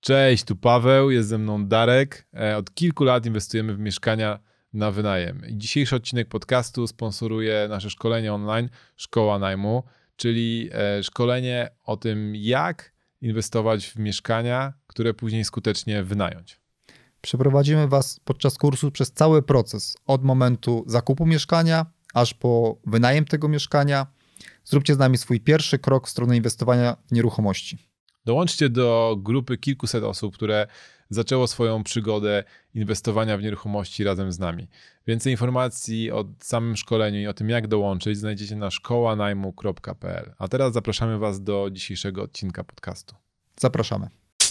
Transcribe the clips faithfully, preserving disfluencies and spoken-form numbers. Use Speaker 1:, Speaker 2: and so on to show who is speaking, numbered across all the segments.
Speaker 1: Cześć, tu Paweł, jest ze mną Darek. Od kilku lat inwestujemy w mieszkania na wynajem. Dzisiejszy odcinek podcastu sponsoruje nasze szkolenie online Szkoła Najmu, czyli szkolenie o tym, jak inwestować w mieszkania, które później skutecznie wynająć.
Speaker 2: Przeprowadzimy Was podczas kursu przez cały proces, od momentu zakupu mieszkania, aż po wynajem tego mieszkania. Zróbcie z nami swój pierwszy krok w stronę inwestowania w nieruchomości.
Speaker 1: Dołączcie do grupy kilkuset osób, które zaczęło swoją przygodę inwestowania w nieruchomości razem z nami. Więcej informacji o samym szkoleniu i o tym, jak dołączyć, znajdziecie na szkoła najmu kropka p l. A teraz zapraszamy Was do dzisiejszego odcinka podcastu.
Speaker 2: Zapraszamy.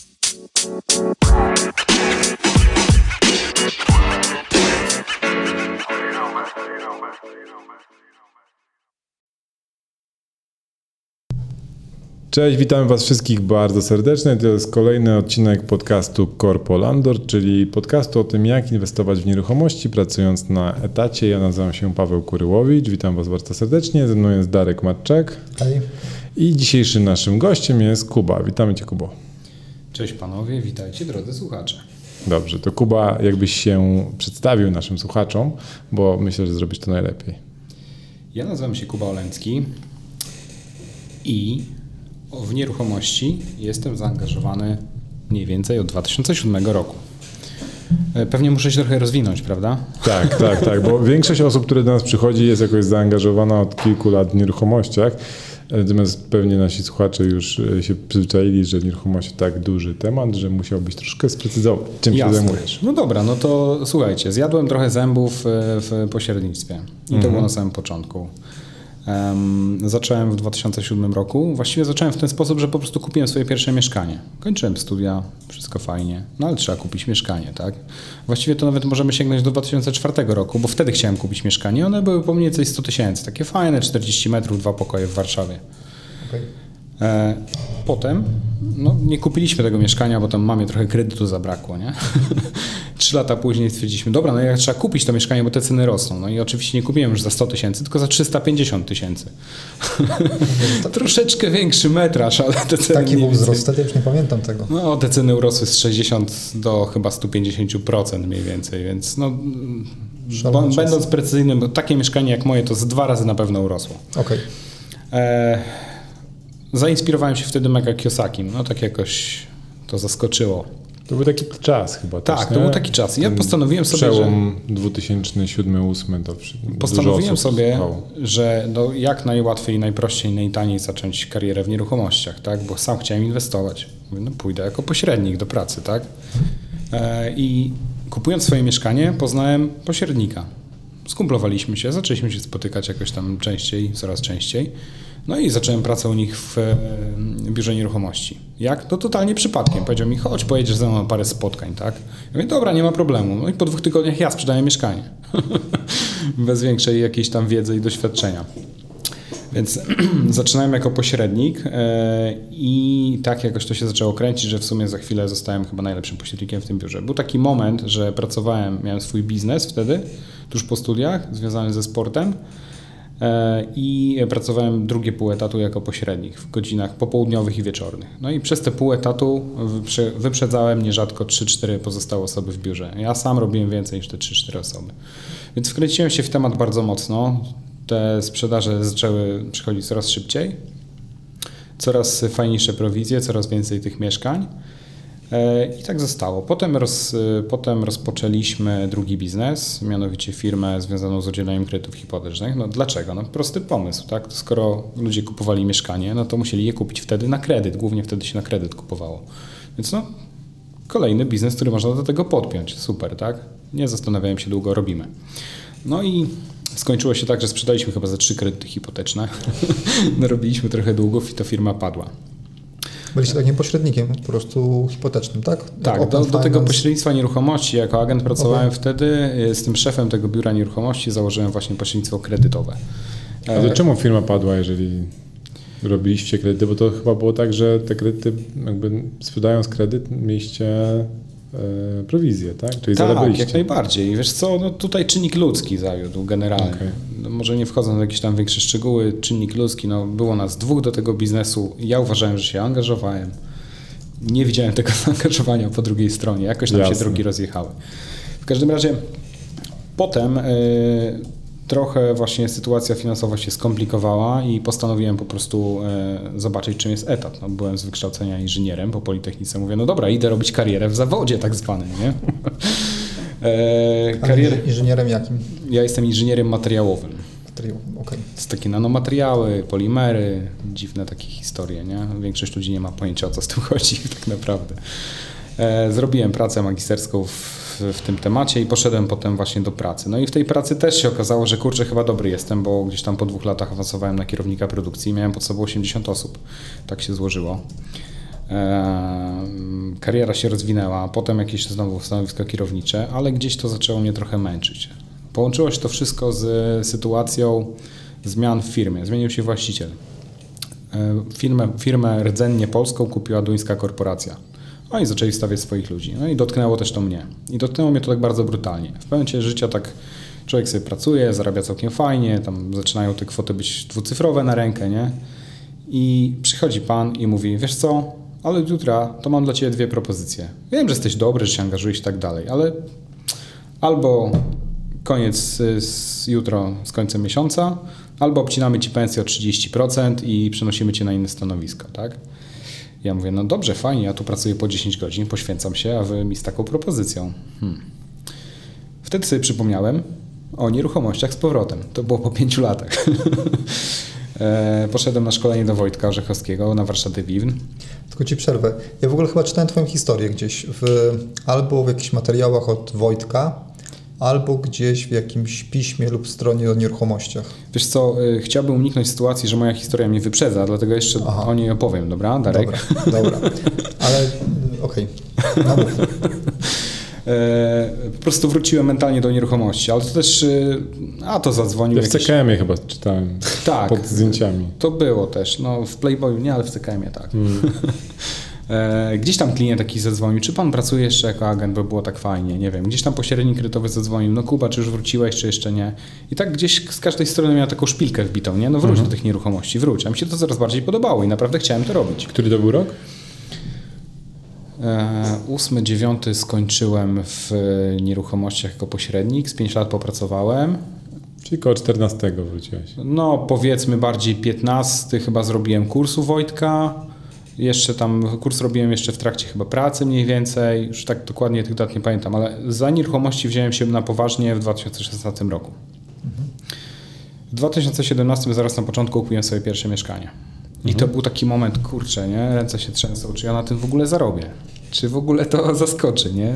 Speaker 1: Cześć, witamy Was wszystkich bardzo serdecznie. To jest kolejny odcinek podcastu Corpo Landlord, czyli podcastu o tym, jak inwestować w nieruchomości, pracując na etacie. Ja nazywam się Paweł Kuryłowicz, witam Was bardzo serdecznie. Ze mną jest Darek Matczak.
Speaker 2: Hej.
Speaker 1: I dzisiejszym naszym gościem jest Kuba. Witamy Cię, Kubo.
Speaker 3: Cześć panowie, witajcie drodzy słuchacze.
Speaker 1: Dobrze, to Kuba, jakbyś się przedstawił naszym słuchaczom, bo myślę, że zrobisz to najlepiej.
Speaker 3: Ja nazywam się Kuba Oleński i w nieruchomości jestem zaangażowany mniej więcej od dwa tysiące siódmego roku. Pewnie muszę się trochę rozwinąć, prawda?
Speaker 1: Tak, tak, tak, bo większość osób, które do nas przychodzi, jest jakoś zaangażowana od kilku lat w nieruchomościach. Natomiast pewnie nasi słuchacze już się przyzwyczaili, że nieruchomość to tak duży temat, że musiałbyś troszkę sprecyzować, czym
Speaker 3: Jasne.
Speaker 1: się zajmujesz.
Speaker 3: No dobra, no to słuchajcie, zjadłem trochę zębów w pośrednictwie i mhm. to było na samym początku. Um, zacząłem w dwa tysiące siódmym roku. Właściwie zacząłem w ten sposób, że po prostu kupiłem swoje pierwsze mieszkanie. Kończyłem studia, wszystko fajnie, no ale trzeba kupić mieszkanie, tak? Właściwie to nawet możemy sięgnąć do dwa tysiące czwartego roku, bo wtedy chciałem kupić mieszkanie. One były po mniej więcej sto tysięcy, takie fajne, czterdzieści metrów, dwa pokoje w Warszawie. Okay. E, potem no, nie kupiliśmy tego mieszkania, bo tam mamie trochę kredytu zabrakło, nie? Trzy lata później stwierdziliśmy, dobra, no jak trzeba kupić to mieszkanie, bo te ceny rosną. No i oczywiście nie kupiłem już za sto tysięcy, tylko za trzysta pięćdziesiąt tysięcy. Troszeczkę większy metraż, ale te ceny
Speaker 2: Taki był wzrost, wtedy już nie pamiętam tego.
Speaker 3: No te ceny urosły z sześćdziesiąt do chyba sto pięćdziesiąt procent mniej więcej, więc no bo, będąc precyzyjnym, bo takie mieszkanie jak moje to z dwa razy na pewno urosło.
Speaker 2: Okay.
Speaker 3: E, zainspirowałem się wtedy Mega Kiyosakim, no tak jakoś to zaskoczyło.
Speaker 1: To był taki czas chyba.
Speaker 3: Tak,
Speaker 1: też,
Speaker 3: to był taki czas. Ja
Speaker 1: Ten
Speaker 3: postanowiłem sobie,
Speaker 1: przełom że... dwa tysiące siódmy dwa tysiące ósmy to
Speaker 3: Postanowiłem sobie, słuchało. że no jak najłatwiej, najprościej, najtaniej zacząć karierę w nieruchomościach, tak? Bo sam chciałem inwestować. Mówię, no pójdę jako pośrednik do pracy, tak? E, I kupując swoje mieszkanie, poznałem pośrednika. Skumplowaliśmy się, zaczęliśmy się spotykać jakoś tam częściej, coraz częściej. No i zacząłem pracę u nich w biurze nieruchomości. Jak? To totalnie przypadkiem. Powiedział mi, chodź, pojedziesz ze mną na parę spotkań, tak? Ja mówię, dobra, nie ma problemu. No i po dwóch tygodniach ja sprzedaję mieszkanie. Bez większej jakiejś tam wiedzy i doświadczenia. Więc zaczynałem jako pośrednik i tak jakoś to się zaczęło kręcić, że w sumie za chwilę zostałem chyba najlepszym pośrednikiem w tym biurze. Był taki moment, że pracowałem, miałem swój biznes wtedy, tuż po studiach, związany ze sportem. I pracowałem drugie pół etatu jako pośrednik w godzinach popołudniowych i wieczornych. No i przez te pół etatu wyprzedzałem nierzadko trzy cztery pozostałe osoby w biurze. Ja sam robiłem więcej niż te trzy cztery osoby. Więc wkręciłem się w temat bardzo mocno. Te sprzedaże zaczęły przychodzić coraz szybciej. Coraz fajniejsze prowizje, coraz więcej tych mieszkań. I tak zostało. Potem, roz, potem rozpoczęliśmy drugi biznes, mianowicie firmę związaną z udzielaniem kredytów hipotecznych. No dlaczego? No prosty pomysł, tak? Skoro ludzie kupowali mieszkanie, no to musieli je kupić wtedy na kredyt. Głównie wtedy się na kredyt kupowało. Więc no, kolejny biznes, który można do tego podpiąć. Super, tak? Nie zastanawiałem się długo, robimy. No i skończyło się tak, że sprzedaliśmy chyba za trzy kredyty hipoteczne. Narobiliśmy trochę długów i ta firma padła.
Speaker 2: Byliście takim pośrednikiem po prostu hipotecznym, tak?
Speaker 3: Tak, do, do tego pośrednictwa nieruchomości jako agent pracowałem okay. wtedy. Z tym szefem tego biura nieruchomości założyłem właśnie pośrednictwo kredytowe.
Speaker 1: A to czemu firma padła, jeżeli robiliście kredyty? Bo to chyba było tak, że te kredyty, jakby sprzedając kredyt, mieliście e, prowizję, tak? Czyli
Speaker 3: tak,
Speaker 1: zarabialiście.
Speaker 3: Jak najbardziej. Wiesz co, no tutaj czynnik ludzki zawiódł generalnie. Okay. No może nie wchodząc w jakieś tam większe szczegóły, czynnik ludzki, no było nas dwóch do tego biznesu. Ja uważałem, że się angażowałem. nie widziałem tego zaangażowania po drugiej stronie. Jakoś tam Jasne. się drogi rozjechały. W każdym razie potem y, trochę właśnie sytuacja finansowa się skomplikowała i postanowiłem po prostu y, zobaczyć, czym jest etat. No, byłem z wykształcenia inżynierem po Politechnice. Mówię, no dobra, idę robić karierę w zawodzie tak zwanym, nie?
Speaker 2: e, karierę... Inżynierem jakim?
Speaker 3: Ja jestem inżynierem materiałowym.
Speaker 2: Materiałowym, okej.
Speaker 3: To jest takie nanomateriały, polimery, dziwne takie historie, nie? Większość ludzi nie ma pojęcia, o co z tym chodzi tak naprawdę. E, zrobiłem pracę magisterską w w tym temacie i poszedłem potem właśnie do pracy. No i w tej pracy też się okazało, że kurczę, chyba dobry jestem, bo gdzieś tam po dwóch latach awansowałem na kierownika produkcji i miałem pod sobą osiemdziesiąt osób. Tak się złożyło. Eee, kariera się rozwinęła, potem jakieś znowu stanowisko kierownicze, ale gdzieś to zaczęło mnie trochę męczyć. Połączyło się to wszystko z sytuacją zmian w firmie. Zmienił się właściciel. Eee, firmę, firmę rdzennie polską kupiła duńska korporacja. No i zaczęli stawiać swoich ludzi. No i dotknęło też to mnie. I dotknęło mnie to tak bardzo brutalnie. W pewnym momencie życia tak człowiek sobie pracuje, zarabia całkiem fajnie, tam zaczynają te kwoty być dwucyfrowe na rękę, nie? I przychodzi pan i mówi, wiesz co, ale jutra to mam dla ciebie dwie propozycje. Wiem, że jesteś dobry, że się angażujesz i tak dalej, ale albo koniec z jutro z końcem miesiąca, albo obcinamy ci pensję o trzydzieści procent i przenosimy cię na inne stanowisko, tak? Ja mówię, no dobrze, fajnie, ja tu pracuję po dziesięć godzin, poświęcam się, a wy mi z taką propozycją. Hmm. Wtedy sobie przypomniałem o nieruchomościach z powrotem. To było po pięciu latach. e, poszedłem na szkolenie do Wojtka Orzechowskiego na warsztaty Wiwn.
Speaker 2: Tylko ci przerwę. Ja w ogóle chyba czytałem twoją historię gdzieś, w, albo w jakichś materiałach od Wojtka, albo gdzieś w jakimś piśmie lub stronie o nieruchomościach.
Speaker 3: Wiesz co, y, chciałbym uniknąć sytuacji, że moja historia mnie wyprzedza, dlatego jeszcze Aha. o niej opowiem, dobra, Darek?
Speaker 2: Dobra, dobra. Ale okej, okay. No mów.
Speaker 3: E, po prostu wróciłem mentalnie do nieruchomości, ale to też, a to zadzwonił
Speaker 1: ja w jakiś... C K M-ie chyba czytałem,
Speaker 3: tak,
Speaker 1: pod zdjęciami.
Speaker 3: To było też, no w Playboyu nie, ale w C K M-ie tak. Hmm. e, gdzieś tam klient taki zadzwonił, czy pan pracuje jeszcze jako agent, bo było tak fajnie, nie wiem, gdzieś tam pośrednik kredytowy zadzwonił, no Kuba, czy już wróciłeś, czy jeszcze nie? I tak gdzieś z każdej strony miał taką szpilkę wbitą, nie? No wróć mhm. do tych nieruchomości, wróć, a mi się to coraz bardziej podobało i naprawdę chciałem to robić.
Speaker 1: Który to był rok?
Speaker 3: Ósmy, dziewiąty skończyłem w nieruchomościach jako pośrednik, z pięć lat popracowałem.
Speaker 1: Czyli koło czternastego wróciłeś.
Speaker 3: No powiedzmy bardziej piętnasty chyba zrobiłem kursu Wojtka. Jeszcze tam kurs robiłem jeszcze w trakcie chyba pracy mniej więcej. Już tak dokładnie tych dat nie pamiętam, ale za nieruchomości wziąłem się na poważnie w dwa tysiące szesnastym roku. Mhm. W dwa tysiące siedemnastym zaraz na początku kupiłem sobie pierwsze mieszkanie. I mhm. to był taki moment, kurczę, nie? Ręce się trzęsą, czy ja na tym w ogóle zarobię? Czy w ogóle to zaskoczy, nie?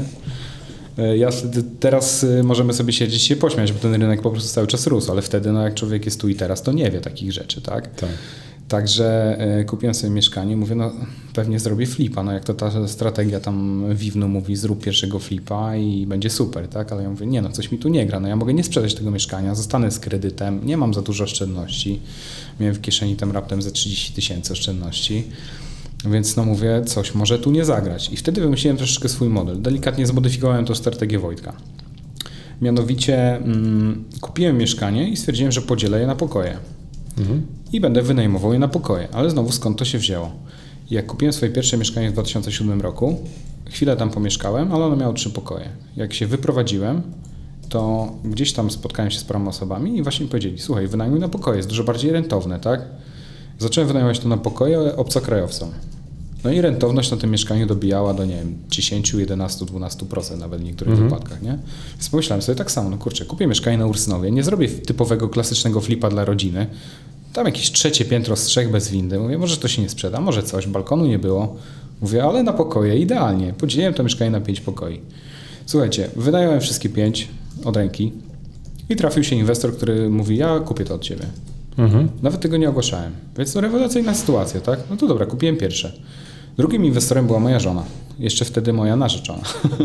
Speaker 3: Ja wtedy, teraz możemy sobie siedzieć i się pośmiać, bo ten rynek po prostu cały czas rósł, ale wtedy, no jak człowiek jest tu i teraz, to nie wie takich rzeczy, tak?
Speaker 1: Tak.
Speaker 3: Także y, kupiłem sobie mieszkanie, mówię, no pewnie zrobię flipa, no jak to ta strategia tam Wiwnu mówi, zrób pierwszego flipa i będzie super, tak? Ale ja mówię, nie no, coś mi tu nie gra, no ja mogę nie sprzedać tego mieszkania, zostanę z kredytem, nie mam za dużo oszczędności, miałem w kieszeni tam raptem ze trzydzieści tysięcy oszczędności, więc no mówię, coś może tu nie zagrać. I wtedy wymyśliłem troszeczkę swój model, delikatnie zmodyfikowałem tą strategię Wojtka. Mianowicie mm, kupiłem mieszkanie i stwierdziłem, że podzielę je na pokoje. Mhm. I będę wynajmował je na pokoje. Ale znowu skąd to się wzięło? Jak kupiłem swoje pierwsze mieszkanie w dwa tysiące siódmym roku, chwilę tam pomieszkałem, ale ono miało trzy pokoje. Jak się wyprowadziłem, to gdzieś tam spotkałem się z paroma osobami i właśnie mi powiedzieli, słuchaj, wynajmuj na pokoje, jest dużo bardziej rentowne, tak? Zacząłem wynajmować to na pokoje obcokrajowcom. No i rentowność na tym mieszkaniu dobijała do, nie wiem, dziesięć, jedenaście, dwanaście procent nawet w niektórych mhm. wypadkach, nie? Więc pomyślałem sobie tak samo, no kurczę, kupię mieszkanie na Ursynowie, nie zrobię typowego, klasycznego flipa dla rodziny, tam jakieś trzecie piętro z trzech bez windy, mówię, może to się nie sprzeda, może coś, balkonu nie było, mówię, ale na pokoje idealnie, podzieliłem to mieszkanie na pięć pokoi. Słuchajcie, wynająłem wszystkie pięć od ręki i trafił się inwestor, który mówi, ja kupię to od ciebie. Mhm. Nawet tego nie ogłaszałem, więc to rewelacyjna sytuacja, tak? No to dobra, kupiłem pierwsze. Drugim inwestorem była moja żona, jeszcze wtedy moja narzeczona.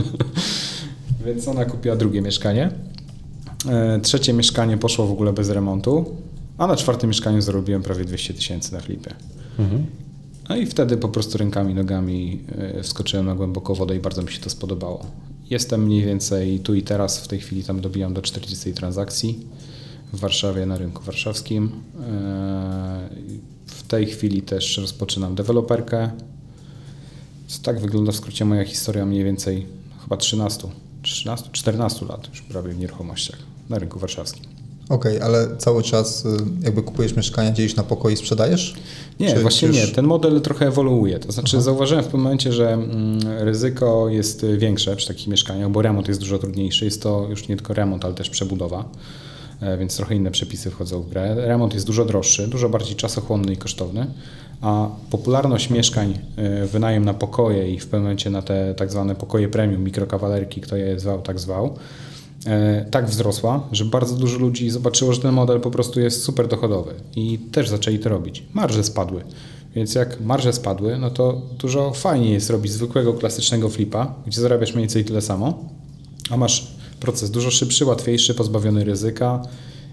Speaker 3: Więc ona kupiła drugie mieszkanie. E, trzecie mieszkanie poszło w ogóle bez remontu, a na czwartym mieszkaniu zarobiłem prawie dwieście tysięcy na flipie. Mhm. No i wtedy po prostu rękami, nogami e, wskoczyłem na głęboką wodę i bardzo mi się to spodobało. Jestem mniej więcej tu i teraz, w tej chwili tam dobijam do czterdziestu transakcji w Warszawie na rynku warszawskim. E, w tej chwili też rozpoczynam deweloperkę. Tak wygląda w skrócie moja historia mniej więcej chyba trzynaście, czternaście lat już prawie w nieruchomościach na rynku warszawskim.
Speaker 2: Okej, okay, ale cały czas jakby kupujesz mieszkania, dzielisz na pokoje i sprzedajesz?
Speaker 3: Nie, Czy, właśnie już... nie. Ten model trochę ewoluuje. To znaczy Aha. zauważyłem w pewnym momencie, że mm, ryzyko jest większe przy takich mieszkaniach, bo remont jest dużo trudniejszy. Jest to już nie tylko remont, ale też przebudowa, e, więc trochę inne przepisy wchodzą w grę. Remont jest dużo droższy, dużo bardziej czasochłonny i kosztowny, a popularność mieszkań, e, wynajem na pokoje i w pewnym momencie na te tak zwane pokoje premium, mikrokawalerki, kto je zwał, tak zwał, tak wzrosła, że bardzo dużo ludzi zobaczyło, że ten model po prostu jest super dochodowy i też zaczęli to robić. Marże spadły, więc jak marże spadły, no to dużo fajniej jest robić zwykłego, klasycznego flipa, gdzie zarabiasz mniej więcej tyle samo, a masz proces dużo szybszy, łatwiejszy, pozbawiony ryzyka,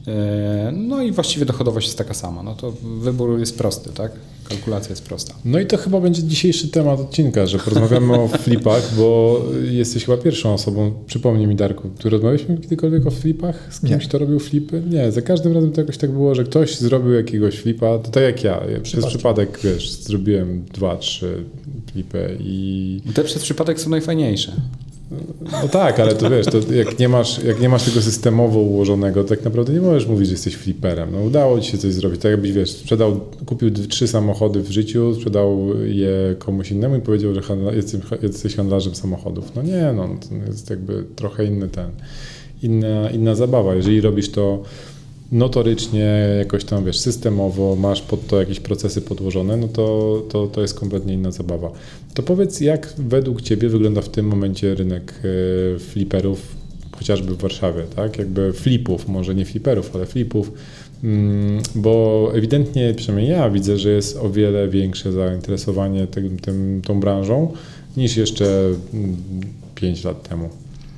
Speaker 3: no i właściwie dochodowość jest taka sama. No to wybór jest prosty, tak? Kalkulacja jest prosta.
Speaker 1: No i to chyba będzie dzisiejszy temat odcinka, że porozmawiamy o flipach, bo jesteś chyba pierwszą osobą, przypomnij mi Darku, tu rozmawialiśmy kiedykolwiek o flipach? Z kimś, Nie. kto robił flipy? Nie, za każdym razem to jakoś tak było, że ktoś zrobił jakiegoś flipa, to tak jak ja, ja przez przypadek, wiesz, zrobiłem dwa, trzy flipy i...
Speaker 3: Te przez przypadek są najfajniejsze.
Speaker 1: No tak, ale to wiesz, to jak, nie masz, jak nie masz tego systemowo ułożonego, to tak naprawdę nie możesz mówić, że jesteś fliperem. No udało ci się coś zrobić. Tak jakbyś, wiesz, sprzedał, kupił trzy samochody w życiu, sprzedał je komuś innemu i powiedział, że handla, jesteś, jesteś handlarzem samochodów. No nie, no to jest jakby trochę inny ten, inna, inna zabawa. Jeżeli robisz to notorycznie, jakoś tam, wiesz, systemowo, masz pod to jakieś procesy podłożone, no to, to, to jest kompletnie inna zabawa. To powiedz, jak według Ciebie wygląda w tym momencie rynek fliperów, chociażby w Warszawie, tak? Jakby flipów, może nie fliperów, ale flipów, bo ewidentnie, przynajmniej ja widzę, że jest o wiele większe zainteresowanie tym, tym, tą branżą niż jeszcze pięć lat temu.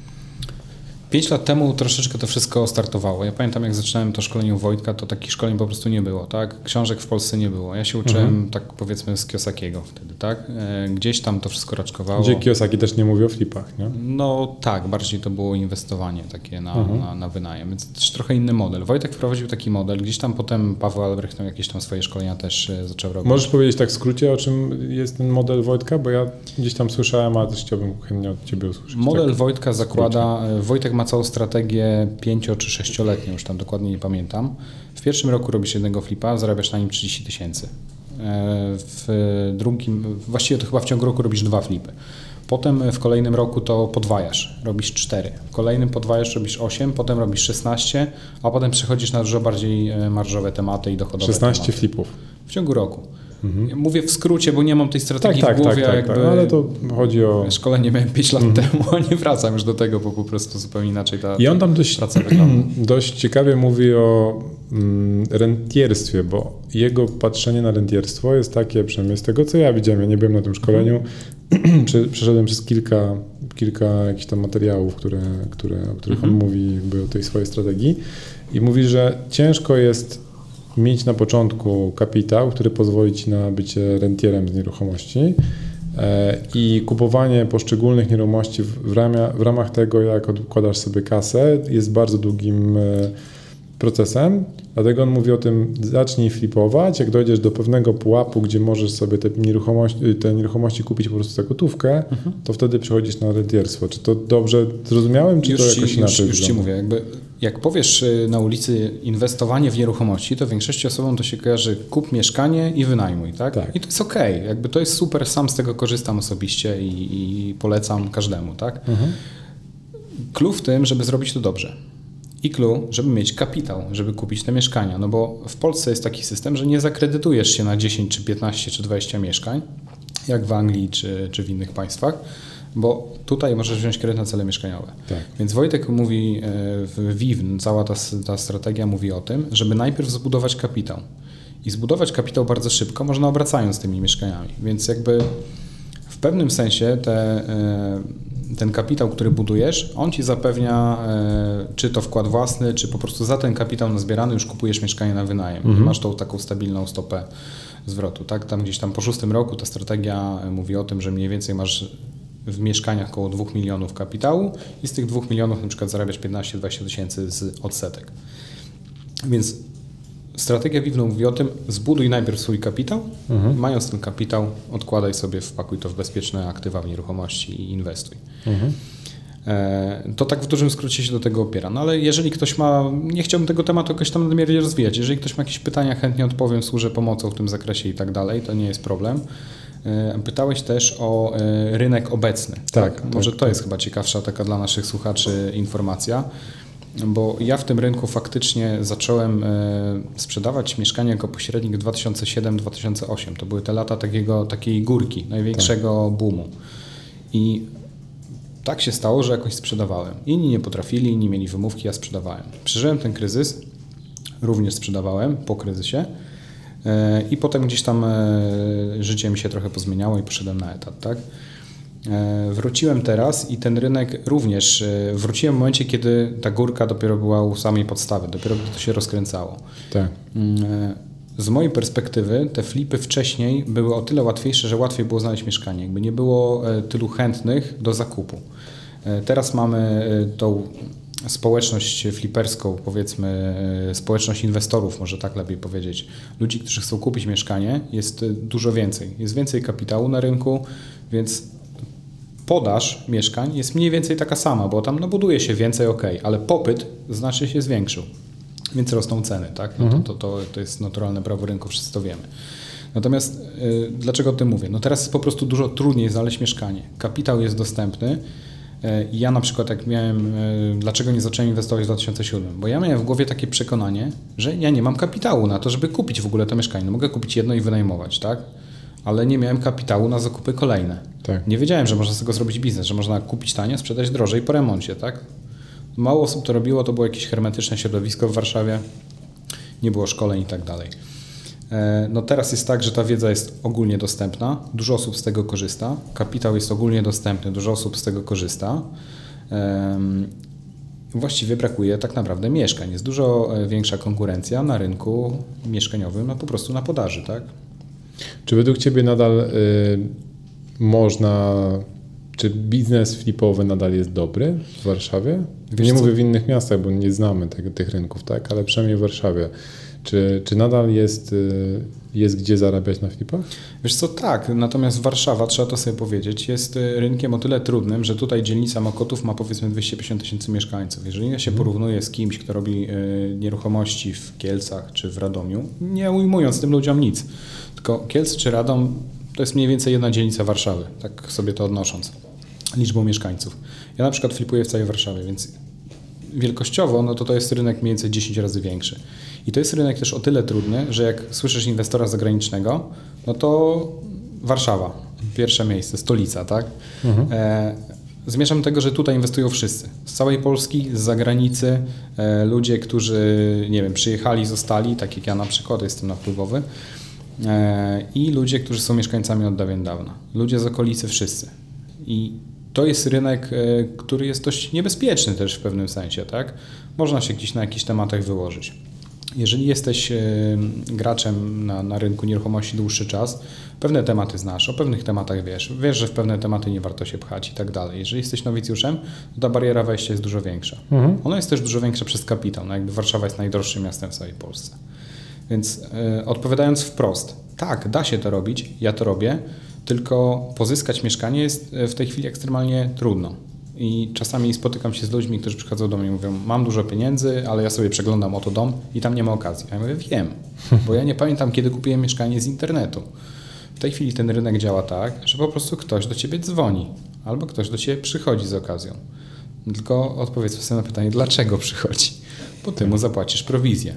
Speaker 3: Pięć lat temu troszeczkę to wszystko startowało. Ja pamiętam, jak zaczynałem to szkolenie u Wojtka, to takich szkoleń po prostu nie było, tak? Książek w Polsce nie było. Ja się uczyłem, mhm. tak powiedzmy, z Kiyosakiego wtedy, tak? Gdzieś tam to wszystko raczkowało.
Speaker 1: Gdzie Kiyosaki też nie mówi o flipach, nie?
Speaker 3: No tak, bardziej to było inwestowanie takie na, mhm. na, na wynajem, więc też trochę inny model. Wojtek wprowadził taki model, gdzieś tam potem Paweł Albrecht no, jakieś tam swoje szkolenia też zaczął robić.
Speaker 1: Możesz powiedzieć tak w skrócie, o czym jest ten model Wojtka? Bo ja gdzieś tam słyszałem, ale też chciałbym chętnie od Ciebie usłyszeć.
Speaker 3: Model
Speaker 1: tak
Speaker 3: Wojtka zakłada, Wojtek ma całą strategię pięcio- czy sześcioletnią, już tam dokładnie nie pamiętam. W pierwszym roku robisz jednego flipa, zarabiasz na nim trzydzieści tysięcy. W drugim, właściwie to chyba w ciągu roku robisz dwa flipy. Potem w kolejnym roku to podwajasz, robisz cztery. W kolejnym podwajasz, robisz osiem, potem robisz szesnaście, a potem przechodzisz na dużo bardziej marżowe tematy i dochodowe
Speaker 1: szesnaście
Speaker 3: tematy.
Speaker 1: Flipów.
Speaker 3: W ciągu roku. Mhm. Mówię w skrócie, bo nie mam tej strategii
Speaker 1: tak,
Speaker 3: w głowie.
Speaker 1: Tak, tak,
Speaker 3: jakby
Speaker 1: tak, ale to chodzi o...
Speaker 3: Szkolenie miałem pięć lat mhm. temu, a nie wracam już do tego, bo po prostu zupełnie inaczej ta,
Speaker 1: I on tam dość,
Speaker 3: praca wygląda.
Speaker 1: dość ciekawie mówi o mm, rentierstwie, bo jego patrzenie na rentierstwo jest takie, przynajmniej z tego, co ja widziałem, ja nie byłem na tym szkoleniu, mhm. przeszedłem przez kilka, kilka jakichś tam materiałów, które, które, o których mhm. on mówi jakby o tej swojej strategii i mówi, że ciężko jest mieć na początku kapitał, który pozwoli ci na bycie rentierem z nieruchomości i kupowanie poszczególnych nieruchomości w ramach, w ramach tego, jak odkładasz sobie kasę, jest bardzo długim procesem. Dlatego on mówi o tym, zacznij flipować, jak dojdziesz do pewnego pułapu, gdzie możesz sobie te nieruchomości, te nieruchomości kupić po prostu za gotówkę, mhm. to wtedy przechodzisz na rentierstwo. Czy to dobrze zrozumiałem, czy
Speaker 3: już
Speaker 1: to jakoś
Speaker 3: ci,
Speaker 1: inaczej
Speaker 3: Już, już Ci mówię, jakby jak powiesz na ulicy inwestowanie w nieruchomości, to większości osobom to się kojarzy kup mieszkanie i wynajmuj, tak? tak. I to jest okej, okay. Jakby to jest super, sam z tego korzystam osobiście i, i polecam każdemu, tak? Mhm. Clue w tym, żeby zrobić to dobrze. I clue, żeby mieć kapitał, żeby kupić te mieszkania, no bo w Polsce jest taki system, że nie zakredytujesz się na dziesięć, czy piętnaście, czy dwadzieścia mieszkań, jak w Anglii, czy, czy w innych państwach, bo tutaj możesz wziąć kredyt na cele mieszkaniowe. Tak. Więc Wojtek mówi, w Vivn, cała ta, ta strategia mówi o tym, żeby najpierw zbudować kapitał. I zbudować kapitał bardzo szybko można obracając tymi mieszkaniami. Więc jakby w pewnym sensie te, ten kapitał, który budujesz, on ci zapewnia czy to wkład własny, czy po prostu za ten kapitał nazbierany już kupujesz mieszkanie na wynajem. Mhm. Masz tą taką stabilną stopę zwrotu. Tak? Tam gdzieś tam po szóstym roku ta strategia mówi o tym, że mniej więcej masz w mieszkaniach około dwóch milionów kapitału i z tych dwóch milionów na przykład zarabiasz piętnaście do dwudziestu tysięcy z odsetek. Więc strategia Vivno mówi o tym, zbuduj najpierw swój kapitał,
Speaker 1: mhm.
Speaker 3: mając ten kapitał, odkładaj sobie, wpakuj to w bezpieczne aktywa w nieruchomości i inwestuj.
Speaker 1: Mhm.
Speaker 3: To tak w dużym skrócie się do tego opiera. No ale jeżeli ktoś ma, nie chciałbym tego tematu jakoś tam nadmiernie rozwijać, jeżeli ktoś ma jakieś pytania, chętnie odpowiem, służę pomocą w tym zakresie i tak dalej, to nie jest problem. Pytałeś też o rynek obecny.
Speaker 1: Tak.
Speaker 3: tak? Może
Speaker 1: tak,
Speaker 3: to
Speaker 1: tak.
Speaker 3: jest chyba ciekawsza taka dla naszych słuchaczy informacja, bo ja w tym rynku faktycznie zacząłem sprzedawać mieszkania jako pośrednik w dwa tysiące siódmy dwa tysiące ósmy. To były te lata takiego, takiej górki, największego tak. boomu. I tak się stało, że jakoś sprzedawałem. Inni nie potrafili, inni mieli wymówki, ja sprzedawałem. Przeżyłem ten kryzys, również sprzedawałem po kryzysie i potem gdzieś tam życie mi się trochę pozmieniało i poszedłem na etat, tak? Wróciłem teraz i ten rynek również, wróciłem w momencie, kiedy ta górka dopiero była u samej podstawy, dopiero to się rozkręcało.
Speaker 1: Tak.
Speaker 3: Z mojej perspektywy te flipy wcześniej były o tyle łatwiejsze, że łatwiej było znaleźć mieszkanie. Jakby nie było tylu chętnych do zakupu. Teraz mamy tą społeczność fliperską, powiedzmy społeczność inwestorów, może tak lepiej powiedzieć. Ludzi, którzy chcą kupić mieszkanie, jest dużo więcej. Jest więcej kapitału na rynku, więc podaż mieszkań jest mniej więcej taka sama, bo tam no, buduje się więcej, ok, ale popyt znacznie się zwiększył. Więc rosną ceny, tak? No
Speaker 1: mhm.
Speaker 3: to, to, to jest naturalne prawo rynku, wszyscy to wiemy. Natomiast y, dlaczego o tym mówię? No teraz jest po prostu dużo trudniej znaleźć mieszkanie. Kapitał jest dostępny. Y, ja na przykład jak miałem, y, dlaczego nie zacząłem inwestować w dwa tysiące siódmym? Bo ja miałem w głowie takie przekonanie, że ja nie mam kapitału na to, żeby kupić w ogóle to mieszkanie. No mogę kupić jedno i wynajmować, tak? Ale nie miałem kapitału na zakupy kolejne.
Speaker 1: Tak.
Speaker 3: Nie wiedziałem, że można z tego zrobić biznes, że można kupić tanie, sprzedać drożej po remoncie, tak? Mało osób to robiło, to było jakieś hermetyczne środowisko w Warszawie, nie było szkoleń i tak dalej. No teraz jest tak, że ta wiedza jest ogólnie dostępna, dużo osób z tego korzysta, kapitał jest ogólnie dostępny, dużo osób z tego korzysta. Właściwie brakuje tak naprawdę mieszkań. Jest dużo większa konkurencja na rynku mieszkaniowym, no po prostu na podaży, tak?
Speaker 1: Czy według Ciebie nadal y, można... Czy biznes flipowy nadal jest dobry w Warszawie? Wiesz nie co? Mówię w innych miastach, bo nie znamy te, tych rynków, tak? Ale przynajmniej w Warszawie. Czy, czy nadal jest, jest gdzie zarabiać na flipach?
Speaker 3: Wiesz co, tak. Natomiast Warszawa, trzeba to sobie powiedzieć, jest rynkiem o tyle trudnym, że tutaj dzielnica Mokotów ma powiedzmy dwieście pięćdziesiąt tysięcy mieszkańców. Jeżeli ja się porównuję z kimś, kto robi nieruchomości w Kielcach czy w Radomiu, nie ujmując tym ludziom nic, tylko Kielce czy Radom to jest mniej więcej jedna dzielnica Warszawy, tak sobie to odnosząc, liczbą mieszkańców. Ja na przykład flipuję w całej Warszawie, więc wielkościowo no to to jest rynek mniej więcej dziesięć razy większy. I to jest rynek też o tyle trudny, że jak słyszysz inwestora zagranicznego, no to Warszawa, pierwsze miejsce, stolica, tak? Mhm. E, zmierzam do tego, że tutaj inwestują wszyscy. Z całej Polski, z zagranicy, e, ludzie, którzy, nie wiem, przyjechali, zostali, tak jak ja na przykład, jestem napływowy, e, i ludzie, którzy są mieszkańcami od dawien dawna. Ludzie z okolicy, wszyscy. I to jest rynek, który jest dość niebezpieczny też w pewnym sensie, tak? Można się gdzieś na jakichś tematach wyłożyć. Jeżeli jesteś graczem na, na rynku nieruchomości dłuższy czas, pewne tematy znasz, o pewnych tematach wiesz, wiesz, że w pewne tematy nie warto się pchać i tak dalej. Jeżeli jesteś nowicjuszem, to ta bariera wejścia jest dużo większa. Mhm. Ona jest też dużo większa przez kapitał, no jakby Warszawa jest najdroższym miastem w całej Polsce. Więc yy, odpowiadając wprost, tak, da się to robić, ja to robię, tylko pozyskać mieszkanie jest w tej chwili ekstremalnie trudno. I czasami spotykam się z ludźmi, którzy przychodzą do mnie i mówią, mam dużo pieniędzy, ale ja sobie przeglądam oto dom i tam nie ma okazji. A ja mówię, wiem, bo ja nie pamiętam, kiedy kupiłem mieszkanie z internetu. W tej chwili ten rynek działa tak, że po prostu ktoś do ciebie dzwoni albo ktoś do ciebie przychodzi z okazją. Tylko odpowiedz sobie na pytanie, dlaczego przychodzi? Bo ty mu zapłacisz prowizję.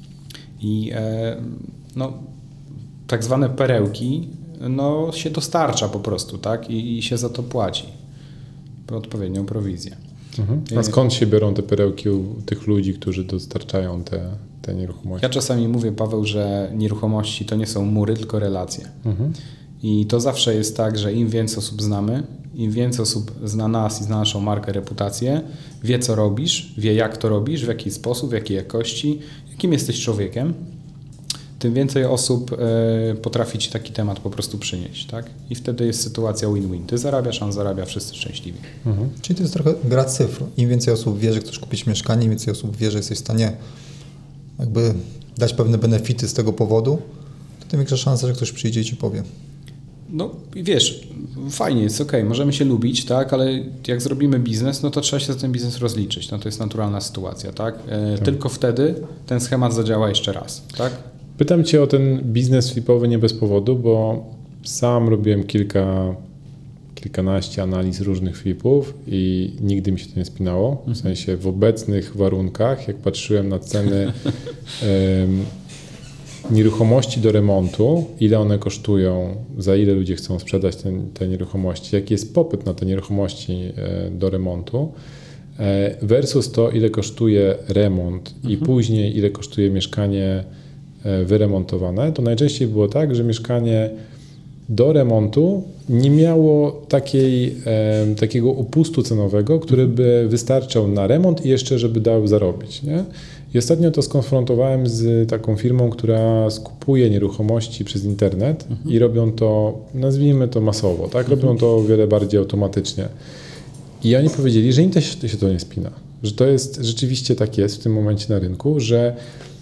Speaker 3: I e, no, tak zwane perełki no, się dostarcza po prostu, tak? I, i się za to płaci. Odpowiednią prowizję.
Speaker 1: Mhm. A skąd się biorą te perełki u tych ludzi, którzy dostarczają te, te nieruchomości?
Speaker 3: Ja czasami mówię, Paweł, że nieruchomości to nie są mury, tylko relacje. Mhm. I to zawsze jest tak, że im więcej osób znamy, im więcej osób zna nas i zna naszą markę, reputację, wie co robisz, wie jak to robisz, w jaki sposób, w jakiej jakości, jakim jesteś człowiekiem, tym więcej osób y, potrafi ci taki temat po prostu przynieść, tak? I wtedy jest sytuacja win-win. Ty zarabiasz, on zarabia, wszyscy szczęśliwi.
Speaker 2: Mhm. Czyli to jest trochę gra cyfr. Im więcej osób wie, że chcesz kupić mieszkanie, im więcej osób wie, że jesteś w stanie jakby dać pewne benefity z tego powodu, to tym większa szansa, że ktoś przyjdzie i ci powie.
Speaker 3: No wiesz, fajnie jest, okej, okay, możemy się lubić, tak, ale jak zrobimy biznes, no to trzeba się za ten biznes rozliczyć. No to jest naturalna sytuacja, tak? E, tak. Tylko wtedy ten schemat zadziała jeszcze raz, tak?
Speaker 1: Pytam cię o ten biznes flipowy nie bez powodu, bo sam robiłem kilka, kilkanaście analiz różnych flipów i nigdy mi się to nie spinało. W sensie w obecnych warunkach, jak patrzyłem na ceny um, nieruchomości do remontu, ile one kosztują, za ile ludzie chcą sprzedać te, te nieruchomości, jaki jest popyt na te nieruchomości do remontu versus to, ile kosztuje remont mhm. i później ile kosztuje mieszkanie wyremontowane, to najczęściej było tak, że mieszkanie do remontu nie miało takiej, takiego upustu cenowego, który by wystarczał na remont i jeszcze, żeby dał zarobić, nie? I ostatnio to skonfrontowałem z taką firmą, która skupuje nieruchomości przez internet mhm. i robią to, nazwijmy to masowo, tak? Robią mhm. to o wiele bardziej automatycznie. I oni powiedzieli, że im też się to nie spina. Że to jest, rzeczywiście tak jest w tym momencie na rynku, że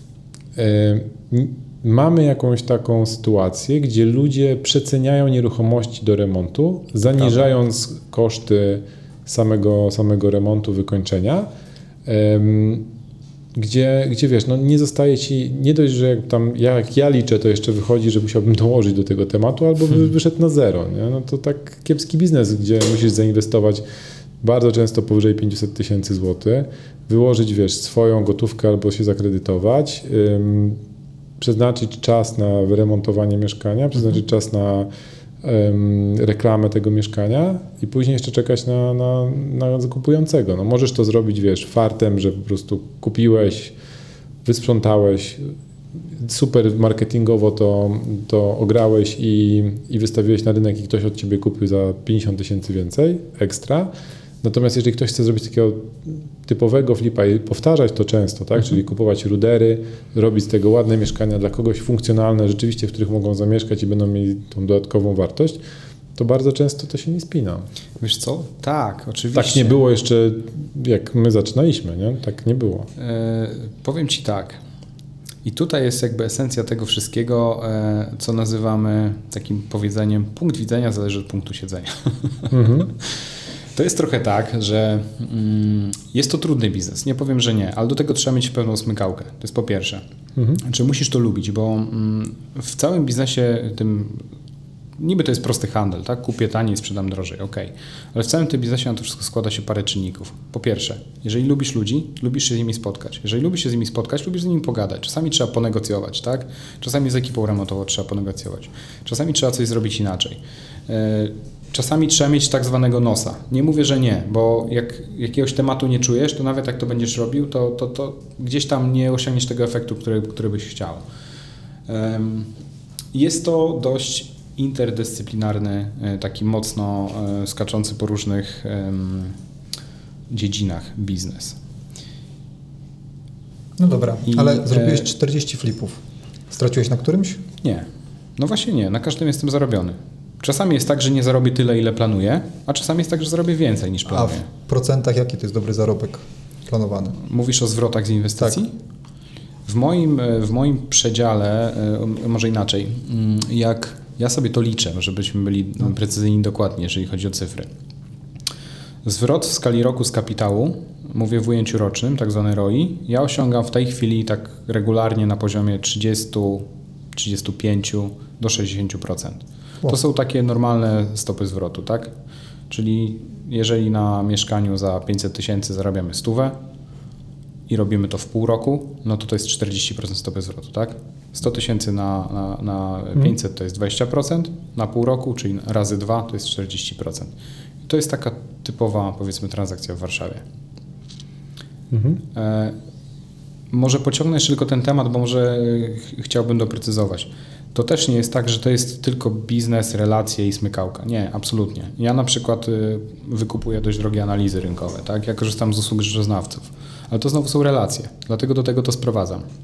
Speaker 1: y, mamy jakąś taką sytuację, gdzie ludzie przeceniają nieruchomości do remontu, zaniżając Prawda. koszty samego, samego remontu, wykończenia. Y, Gdzie, gdzie wiesz, no nie zostaje ci, nie dość, że jak tam, jak ja liczę, to jeszcze wychodzi, że musiałbym dołożyć do tego tematu, albo by wyszedł na zero, nie? No to tak kiepski biznes, gdzie musisz zainwestować bardzo często powyżej pięćset tysięcy złotych, wyłożyć, wiesz, swoją gotówkę albo się zakredytować, ym, przeznaczyć czas na wyremontowanie mieszkania, przeznaczyć mhm. czas na ym, reklamę tego mieszkania i później jeszcze czekać na, na, na zakupującego. No możesz to zrobić, wiesz, fartem, że po prostu kupiłeś, wysprzątałeś, super marketingowo to, to ograłeś i, i wystawiłeś na rynek i ktoś od ciebie kupił za pięćdziesiąt tysięcy więcej, ekstra. Natomiast jeżeli ktoś chce zrobić takiego typowego flipa i powtarzać to często, tak, mhm. czyli kupować rudery, robić z tego ładne mieszkania dla kogoś funkcjonalne, rzeczywiście, w których mogą zamieszkać i będą mieli tą dodatkową wartość, to bardzo często to się nie spina.
Speaker 3: Wiesz co? Tak, oczywiście.
Speaker 1: Tak nie było jeszcze, jak my zaczynaliśmy, nie? Tak nie było.
Speaker 3: E, powiem ci tak. I tutaj jest jakby esencja tego wszystkiego, e, co nazywamy takim powiedzeniem, punkt widzenia zależy od punktu siedzenia. Mhm. To jest trochę tak, że mm, jest to trudny biznes, nie powiem, że nie, ale do tego trzeba mieć pewną smykałkę, to jest po pierwsze. Mhm. Czy musisz to lubić, bo mm, w całym biznesie tym, niby to jest prosty handel, tak? Kupię taniej, sprzedam drożej, okej. Okay. Ale w całym tym biznesie na to wszystko składa się parę czynników. Po pierwsze, jeżeli lubisz ludzi, lubisz się z nimi spotkać. Jeżeli lubisz się z nimi spotkać, lubisz z nimi pogadać. Czasami trzeba ponegocjować, tak? Czasami z ekipą remontową trzeba ponegocjować. Czasami trzeba coś zrobić inaczej. Yy, Czasami trzeba mieć tak zwanego nosa. Nie mówię, że nie, bo jak jakiegoś tematu nie czujesz, to nawet jak to będziesz robił, to, to, to gdzieś tam nie osiągniesz tego efektu, który, który byś chciał. Jest to dość interdyscyplinarny, taki mocno skaczący po różnych dziedzinach biznes.
Speaker 2: No dobra, I, ale zrobiłeś czterdzieści flipów. Straciłeś na którymś?
Speaker 3: Nie. No właśnie nie, na każdym jestem zarobiony. Czasami jest tak, że nie zarobię tyle, ile planuję, a czasami jest tak, że zarobię więcej niż planuję.
Speaker 2: A w procentach jaki to jest dobry zarobek planowany?
Speaker 3: Mówisz o zwrotach z inwestycji? Tak. W moim, w moim przedziale, może inaczej, jak ja sobie to liczę, żebyśmy byli no. precyzyjni i dokładni, jeżeli chodzi o cyfry. Zwrot w skali roku z kapitału, mówię w ujęciu rocznym, tak zwany R O I, ja osiągam w tej chwili tak regularnie na poziomie trzydzieści do trzydziestu pięciu do sześćdziesięciu procent. To są takie normalne stopy zwrotu, tak? Czyli jeżeli na mieszkaniu za pięćset tysięcy zarabiamy stówę i robimy to w pół roku, no to to jest czterdzieści procent stopy zwrotu, tak? sto tysięcy na, na, na pięćset to jest dwadzieścia procent, na pół roku, czyli razy dwa to jest czterdzieści procent. I to jest taka typowa, powiedzmy, transakcja w Warszawie. Mhm. E, może pociągnę jeszcze tylko ten temat, bo może ch- chciałbym doprecyzować. To też nie jest tak, że to jest tylko biznes, relacje i smykałka. Nie, absolutnie. Ja na przykład y, wykupuję dość drogie analizy rynkowe, tak? Ja korzystam z usług rzeczoznawców, ale to znowu są relacje, dlatego do tego to sprowadzam. Y,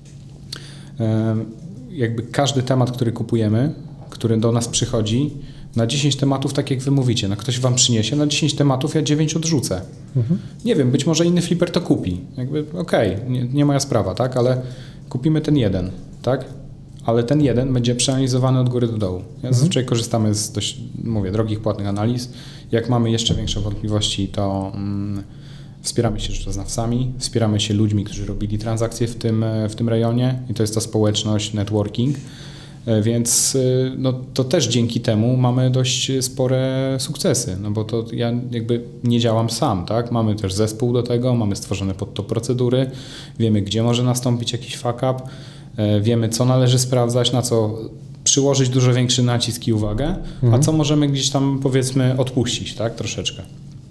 Speaker 3: jakby każdy temat, który kupujemy, który do nas przychodzi, na dziesięć tematów, tak jak wy mówicie, no ktoś wam przyniesie, na dziesięć tematów ja dziewięć odrzucę. Mhm. Nie wiem, być może inny flipper to kupi. Jakby okej, okay, nie, nie moja sprawa, tak? Ale kupimy ten jeden, tak? Ale ten jeden będzie przeanalizowany od góry do dołu. Ja zazwyczaj mhm. korzystamy z dość, mówię, drogich, płatnych analiz. Jak mamy jeszcze większe wątpliwości, to mm, wspieramy się rzeczoznawcami, wspieramy się ludźmi, którzy robili transakcje w tym, w tym rejonie i to jest ta społeczność, networking. Więc no, to też dzięki temu mamy dość spore sukcesy, no bo to ja jakby nie działam sam, tak? Mamy też zespół do tego, mamy stworzone pod to procedury, wiemy, gdzie może nastąpić jakiś fuck up, wiemy, co należy sprawdzać, na co przyłożyć dużo większy nacisk i uwagę, mhm. a co możemy gdzieś tam, powiedzmy, odpuścić, tak? Troszeczkę.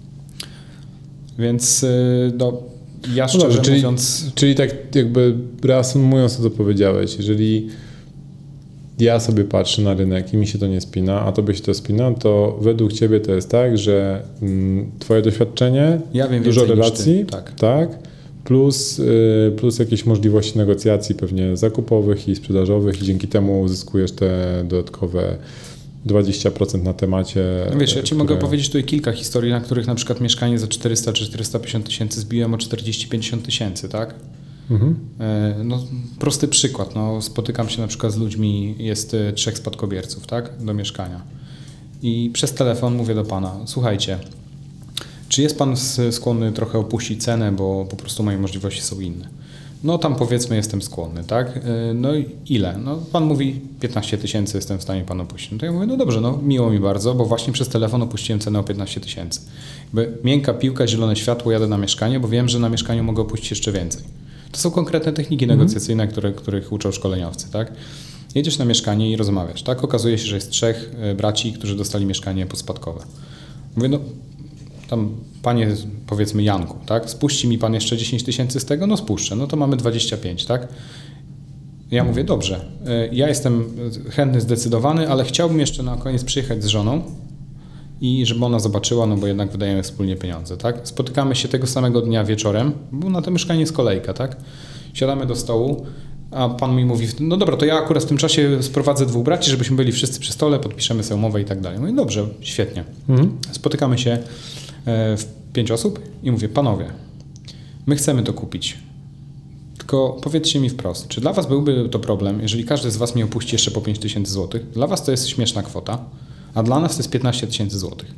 Speaker 3: Więc no, ja szczerze no dobrze, mówiąc...
Speaker 1: Czyli, czyli tak jakby reasumując to, co powiedziałeś, jeżeli ja sobie patrzę na rynek i mi się to nie spina, a tobie się to spina, to według ciebie to jest tak, że mm, twoje doświadczenie,
Speaker 3: ja wiem
Speaker 1: dużo relacji,
Speaker 3: ty, tak.
Speaker 1: tak, plus, y, plus jakieś możliwości negocjacji pewnie zakupowych i sprzedażowych i dzięki temu uzyskujesz te dodatkowe dwadzieścia procent na temacie.
Speaker 3: No wiesz, ja ci
Speaker 1: które...
Speaker 3: mogę powiedzieć tutaj kilka historii, na których na przykład mieszkanie za czterysta czy czterysta pięćdziesiąt tysięcy zbiłem o czterdzieści pięćdziesiąt tysięcy, tak? Mhm. No, prosty przykład. No, spotykam się na przykład z ludźmi, jest trzech spadkobierców, tak, do mieszkania. I przez telefon mówię do pana, słuchajcie, czy jest pan skłonny trochę opuścić cenę, bo po prostu moje możliwości są inne. No tam powiedzmy jestem skłonny, tak? No i ile? No pan mówi piętnaście tysięcy jestem w stanie pan opuścić. No to ja mówię, no dobrze, no miło mi bardzo, bo właśnie przez telefon opuściłem cenę o piętnaście tysięcy. Miękka piłka, zielone światło, jadę na mieszkanie, bo wiem, że na mieszkaniu mogę opuścić jeszcze więcej. To są konkretne techniki mhm. negocjacyjne, które, których uczą szkoleniowcy, tak? Jedziesz na mieszkanie i rozmawiasz, tak? Okazuje się, że jest trzech braci, którzy dostali mieszkanie pospadkowe. Mówię, no tam panie, powiedzmy Janku, tak? Spuści mi pan jeszcze dziesięć tysięcy z tego? No spuszczę, no to mamy dwadzieścia pięć, tak? Ja mówię, dobrze, ja jestem chętny, zdecydowany, ale chciałbym jeszcze na koniec przyjechać z żoną i żeby ona zobaczyła, no bo jednak wydajemy wspólnie pieniądze, tak? Spotykamy się tego samego dnia wieczorem, bo na to mieszkanie jest kolejka, tak? Siadamy do stołu, a pan mi mówi, no dobra, to ja akurat w tym czasie sprowadzę dwóch braci, żebyśmy byli wszyscy przy stole, podpiszemy sobie umowę i tak dalej. Mówię, dobrze, świetnie. Mhm. Spotykamy się w pięć osób i mówię, panowie, my chcemy to kupić, tylko powiedzcie mi wprost, czy dla was byłby to problem, jeżeli każdy z was mi opuści jeszcze po pięć tysięcy złotych? Dla was to jest śmieszna kwota, a dla nas to jest piętnaście tysięcy złotych.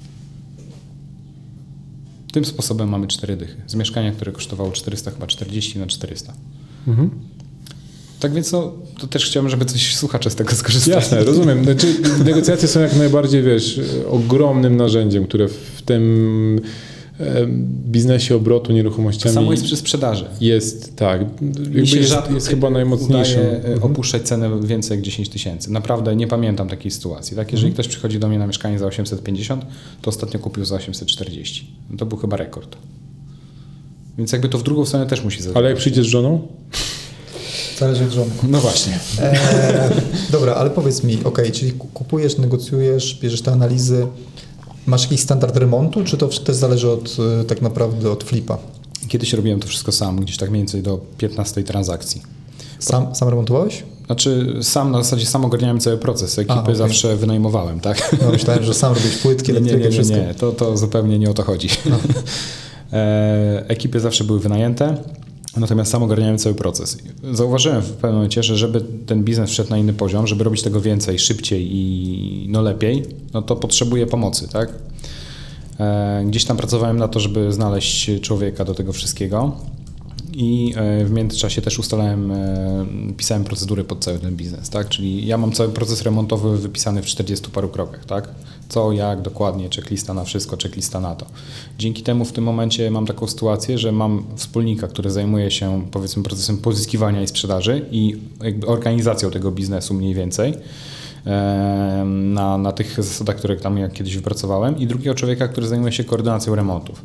Speaker 3: Tym sposobem mamy cztery dychy. Z mieszkania, które kosztowało czterysta, chyba czterdzieści na czterysta. Mhm. Tak więc no, to też chciałbym, żeby coś słuchacze z tego skorzystali.
Speaker 1: Jasne, rozumiem. Znaczy, negocjacje są jak najbardziej, wiesz, ogromnym narzędziem, które w tym biznesie obrotu nieruchomościami...
Speaker 3: Samo jest przy sprzedaży.
Speaker 1: Jest, tak. Jakby jest, jest chyba najmocniejszym.
Speaker 3: Udaje opuszczać cenę więcej jak dziesięć tysięcy. Naprawdę nie pamiętam takiej sytuacji. Tak? Jeżeli mhm. ktoś przychodzi do mnie na mieszkanie za osiemset pięćdziesiąt, to ostatnio kupił za osiemset czterdzieści. No to był chyba rekord. Więc jakby to w drugą stronę też musi zadziałać.
Speaker 1: Ale jak przyjdzie z żoną?
Speaker 2: Zależy od żony.
Speaker 3: No właśnie.
Speaker 2: E, dobra, ale powiedz mi, ok, czyli kupujesz, negocjujesz, bierzesz te analizy, masz jakiś standard remontu, czy to też zależy od, tak naprawdę od flipa?
Speaker 3: Kiedyś robiłem to wszystko sam, gdzieś tak mniej więcej do piętnastej transakcji.
Speaker 2: Sam, sam remontowałeś?
Speaker 3: Znaczy sam, na zasadzie sam ogarniałem cały proces, ekipy A, okay. zawsze wynajmowałem, tak?
Speaker 2: No, myślałem, że sam robisz płytki, elektrykę,
Speaker 3: nie, nie, nie,
Speaker 2: wszystko.
Speaker 3: Nie, to, to zupełnie nie o to chodzi. No. e, ekipy zawsze były wynajęte. Natomiast sam ogarniałem cały proces. Zauważyłem w pewnym momencie, że żeby ten biznes wszedł na inny poziom, żeby robić tego więcej, szybciej i no lepiej, no to potrzebuję pomocy, tak? Gdzieś tam pracowałem na to, żeby znaleźć człowieka do tego wszystkiego i w międzyczasie też ustalałem, pisałem procedury pod cały ten biznes, tak? Czyli ja mam cały proces remontowy wypisany w czterdziestu paru krokach, tak? Co, jak, dokładnie, checklista na wszystko, checklista na to. Dzięki temu w tym momencie mam taką sytuację, że mam wspólnika, który zajmuje się, powiedzmy, procesem pozyskiwania i sprzedaży i jakby organizacją tego biznesu mniej więcej na, na tych zasadach, które tam ja kiedyś wypracowałem, i drugiego człowieka, który zajmuje się koordynacją remontów.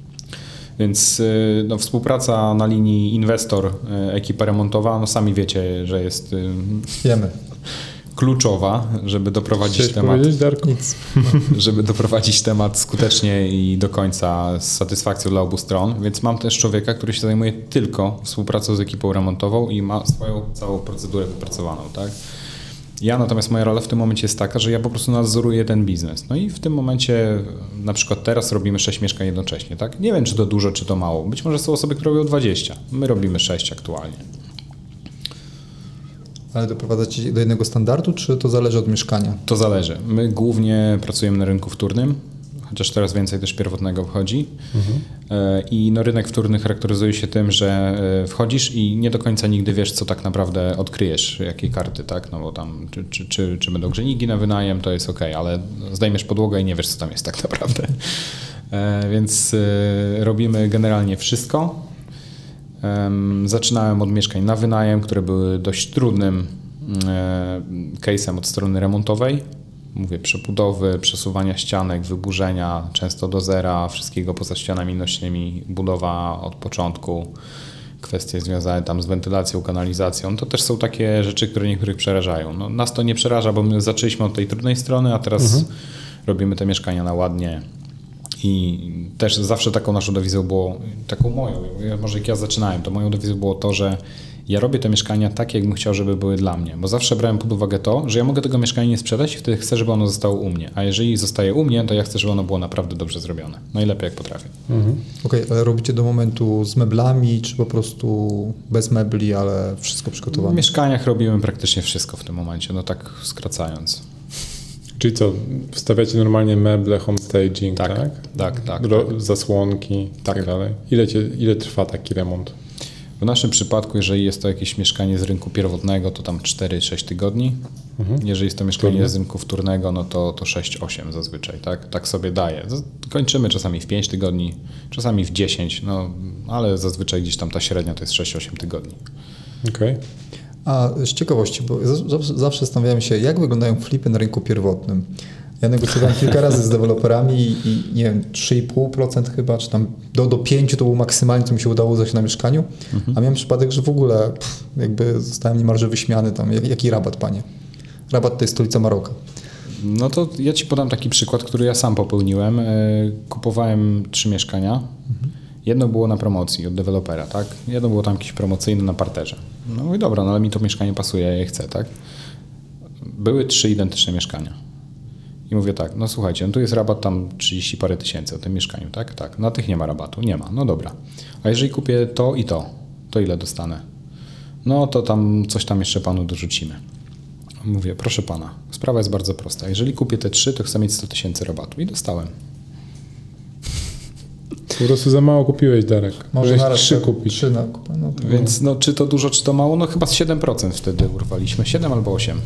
Speaker 3: Więc no, współpraca na linii inwestor, ekipa remontowa, no sami wiecie, że jest
Speaker 2: Wiemy.
Speaker 3: kluczowa, żeby doprowadzić
Speaker 1: Chcesz
Speaker 3: temat
Speaker 1: Nic.
Speaker 3: żeby doprowadzić temat skutecznie i do końca z satysfakcją dla obu stron. Więc mam też człowieka, który się zajmuje tylko współpracą z ekipą remontową i ma swoją całą procedurę wypracowaną, tak? Ja natomiast moja rola w tym momencie jest taka, że ja po prostu nadzoruję ten biznes. No i w tym momencie, na przykład teraz robimy sześć mieszkań jednocześnie, tak? Nie wiem, czy to dużo, czy to mało. Być może są osoby, które robią dwadzieścia. My robimy sześć aktualnie.
Speaker 2: Ale doprowadzacie do jednego standardu, czy to zależy od mieszkania?
Speaker 3: To zależy. My głównie pracujemy na rynku wtórnym, chociaż teraz więcej też pierwotnego wchodzi. Mhm. I no, rynek wtórny charakteryzuje się tym, że wchodzisz i nie do końca nigdy wiesz, co tak naprawdę odkryjesz, jakie karty, tak? No bo tam czy, czy, czy, czy będą grzejniki na wynajem, to jest ok, ale zdejmiesz podłogę i nie wiesz, co tam jest tak naprawdę. Więc robimy generalnie wszystko. Zaczynałem od mieszkań na wynajem, które były dość trudnym case'em od strony remontowej. Mówię, przebudowy, przesuwania ścianek, wyburzenia, często do zera, wszystkiego poza ścianami nośnymi, budowa od początku, kwestie związane tam z wentylacją, kanalizacją. To też są takie rzeczy, które niektórych przerażają. No, nas to nie przeraża, bo my zaczęliśmy od tej trudnej strony, a teraz mhm. robimy te mieszkania na ładnie. I też zawsze taką naszą dewizją było, taką moją, może jak ja zaczynałem, to moją dewizją było to, że ja robię te mieszkania tak, jakbym chciał, żeby były dla mnie, bo zawsze brałem pod uwagę to, że ja mogę tego mieszkania nie sprzedać i wtedy chcę, żeby ono zostało u mnie, a jeżeli zostaje u mnie, to ja chcę, żeby ono było naprawdę dobrze zrobione, najlepiej jak potrafię. Mhm.
Speaker 2: Okej, okay, ale robicie do momentu z meblami, czy po prostu bez mebli, ale wszystko przygotowane?
Speaker 3: W mieszkaniach robimy praktycznie wszystko w tym momencie, no tak skracając.
Speaker 1: Czyli co, wstawiacie normalnie meble, home staging, tak?
Speaker 3: Tak, tak, tak.
Speaker 1: Ro- zasłonki i tak. tak dalej. Ile, cię, ile trwa taki remont?
Speaker 3: W naszym przypadku, jeżeli jest to jakieś mieszkanie z rynku pierwotnego, to tam cztery sześć tygodni. Mhm. Jeżeli jest to mieszkanie Trudne. z rynku wtórnego, no to, to sześć osiem zazwyczaj, tak? Tak sobie daje. Kończymy czasami w pięć tygodni, czasami w dziesięć, no ale zazwyczaj gdzieś tam ta średnia to jest sześć osiem tygodni.
Speaker 1: Okej. Okay.
Speaker 2: A z ciekawości, bo zawsze zastanawiałem się, jak wyglądają flipy na rynku pierwotnym. Ja negocjowałem kilka razy z deweloperami i, i nie wiem, trzy i pół procent chyba, czy tam do, do pięć to było maksymalnie, co mi się udało zejść na mieszkaniu, mhm. a miałem przypadek, że w ogóle pff, jakby zostałem niemalże wyśmiany tam. Jaki rabat, panie? Rabat to jest stolica Maroka.
Speaker 3: No to ja ci podam taki przykład, który ja sam popełniłem. Kupowałem trzy mieszkania. Mhm. Jedno było na promocji od dewelopera, tak? Jedno było tam jakieś promocyjne na parterze. No mówię, dobra, no ale mi to mieszkanie pasuje, ja je chcę, tak? Były trzy identyczne mieszkania. I mówię tak, no słuchajcie, no tu jest rabat tam trzydzieści parę tysięcy o tym mieszkaniu, tak? Tak. Na tych nie ma rabatu, nie ma, no dobra. A jeżeli kupię to i to, to ile dostanę? No to tam coś tam jeszcze panu dorzucimy. Mówię, proszę pana, sprawa jest bardzo prosta. Jeżeli kupię te trzy, to chcę mieć sto tysięcy rabatu. I dostałem.
Speaker 1: Po prostu za mało kupiłeś, Darek.
Speaker 2: Może naraz
Speaker 1: trzy kupić.
Speaker 2: Trzy na kupę, no to...
Speaker 3: Więc no, czy to dużo, czy to mało? No chyba z siedem procent wtedy urwaliśmy. siedem albo osiem.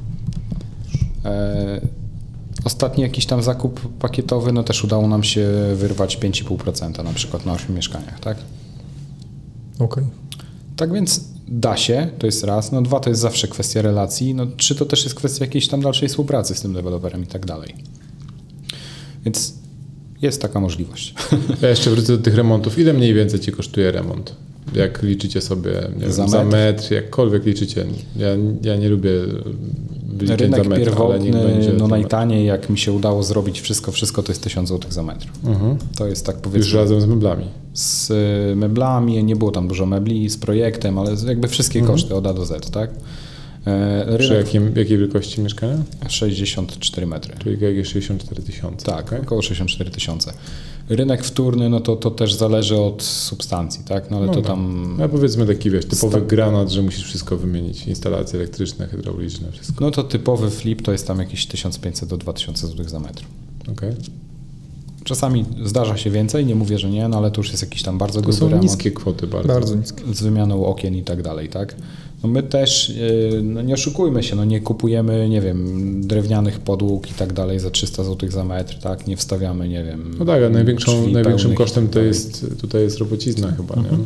Speaker 3: E, ostatni jakiś tam zakup pakietowy, no też udało nam się wyrwać pięć i pół procent na przykład na ośmiu mieszkaniach, tak?
Speaker 2: Okej. Okay.
Speaker 3: Tak więc da się, to jest raz. No dwa, to jest zawsze kwestia relacji. No trzy, to też jest kwestia jakiejś tam dalszej współpracy z tym deweloperem i tak dalej. Więc jest taka możliwość.
Speaker 1: Ja jeszcze wrócę do tych remontów. Ile mniej więcej ci kosztuje remont? Jak liczycie sobie nie
Speaker 3: za,
Speaker 1: wiem,
Speaker 3: metr?
Speaker 1: za metr, jakkolwiek liczycie. Ja, ja nie lubię wyliczyć
Speaker 3: Rynek
Speaker 1: za metr,
Speaker 3: pierwotny,
Speaker 1: ale niech będzie
Speaker 3: no najtaniej, jak mi się udało zrobić wszystko, wszystko to jest tysiąc złotych za metr. Mhm. To jest tak powiedzmy...
Speaker 1: Już razem z meblami.
Speaker 3: Z meblami, nie było tam dużo mebli, z projektem, ale jakby wszystkie mhm. koszty od A do Z, tak?
Speaker 1: Rynek... Przy jakim, jakiej wielkości mieszkania?
Speaker 3: sześćdziesiąt cztery metry.
Speaker 1: Czyli jakieś sześćdziesiąt cztery tysiące.
Speaker 3: Tak, okay. Około sześćdziesiąt cztery tysiące. Rynek wtórny, no to, to też zależy od substancji, tak? No ale no, to tam...
Speaker 1: No powiedzmy taki, wiesz, typowy sta... granat, że musisz wszystko wymienić, instalacje elektryczne, hydrauliczne, wszystko.
Speaker 3: No to typowy flip to jest tam jakieś tysiąc pięćset do dwa tysiące złotych za metr.
Speaker 1: Okej. Okay.
Speaker 3: Czasami zdarza się więcej, nie mówię, że nie, no ale to już jest jakiś tam bardzo gruby
Speaker 1: remont.
Speaker 3: remont.
Speaker 1: To są niskie kwoty bardzo.
Speaker 2: Bardzo niskie.
Speaker 3: Z wymianą okien i tak dalej, tak? No my też, no nie oszukujmy się, no nie kupujemy, nie wiem, drewnianych podłóg i tak dalej za trzysta złotych za metr, tak? Nie wstawiamy, nie wiem...
Speaker 1: No tak, a największą, największym kosztem to jest, tutaj jest robocizna chyba, mhm. nie?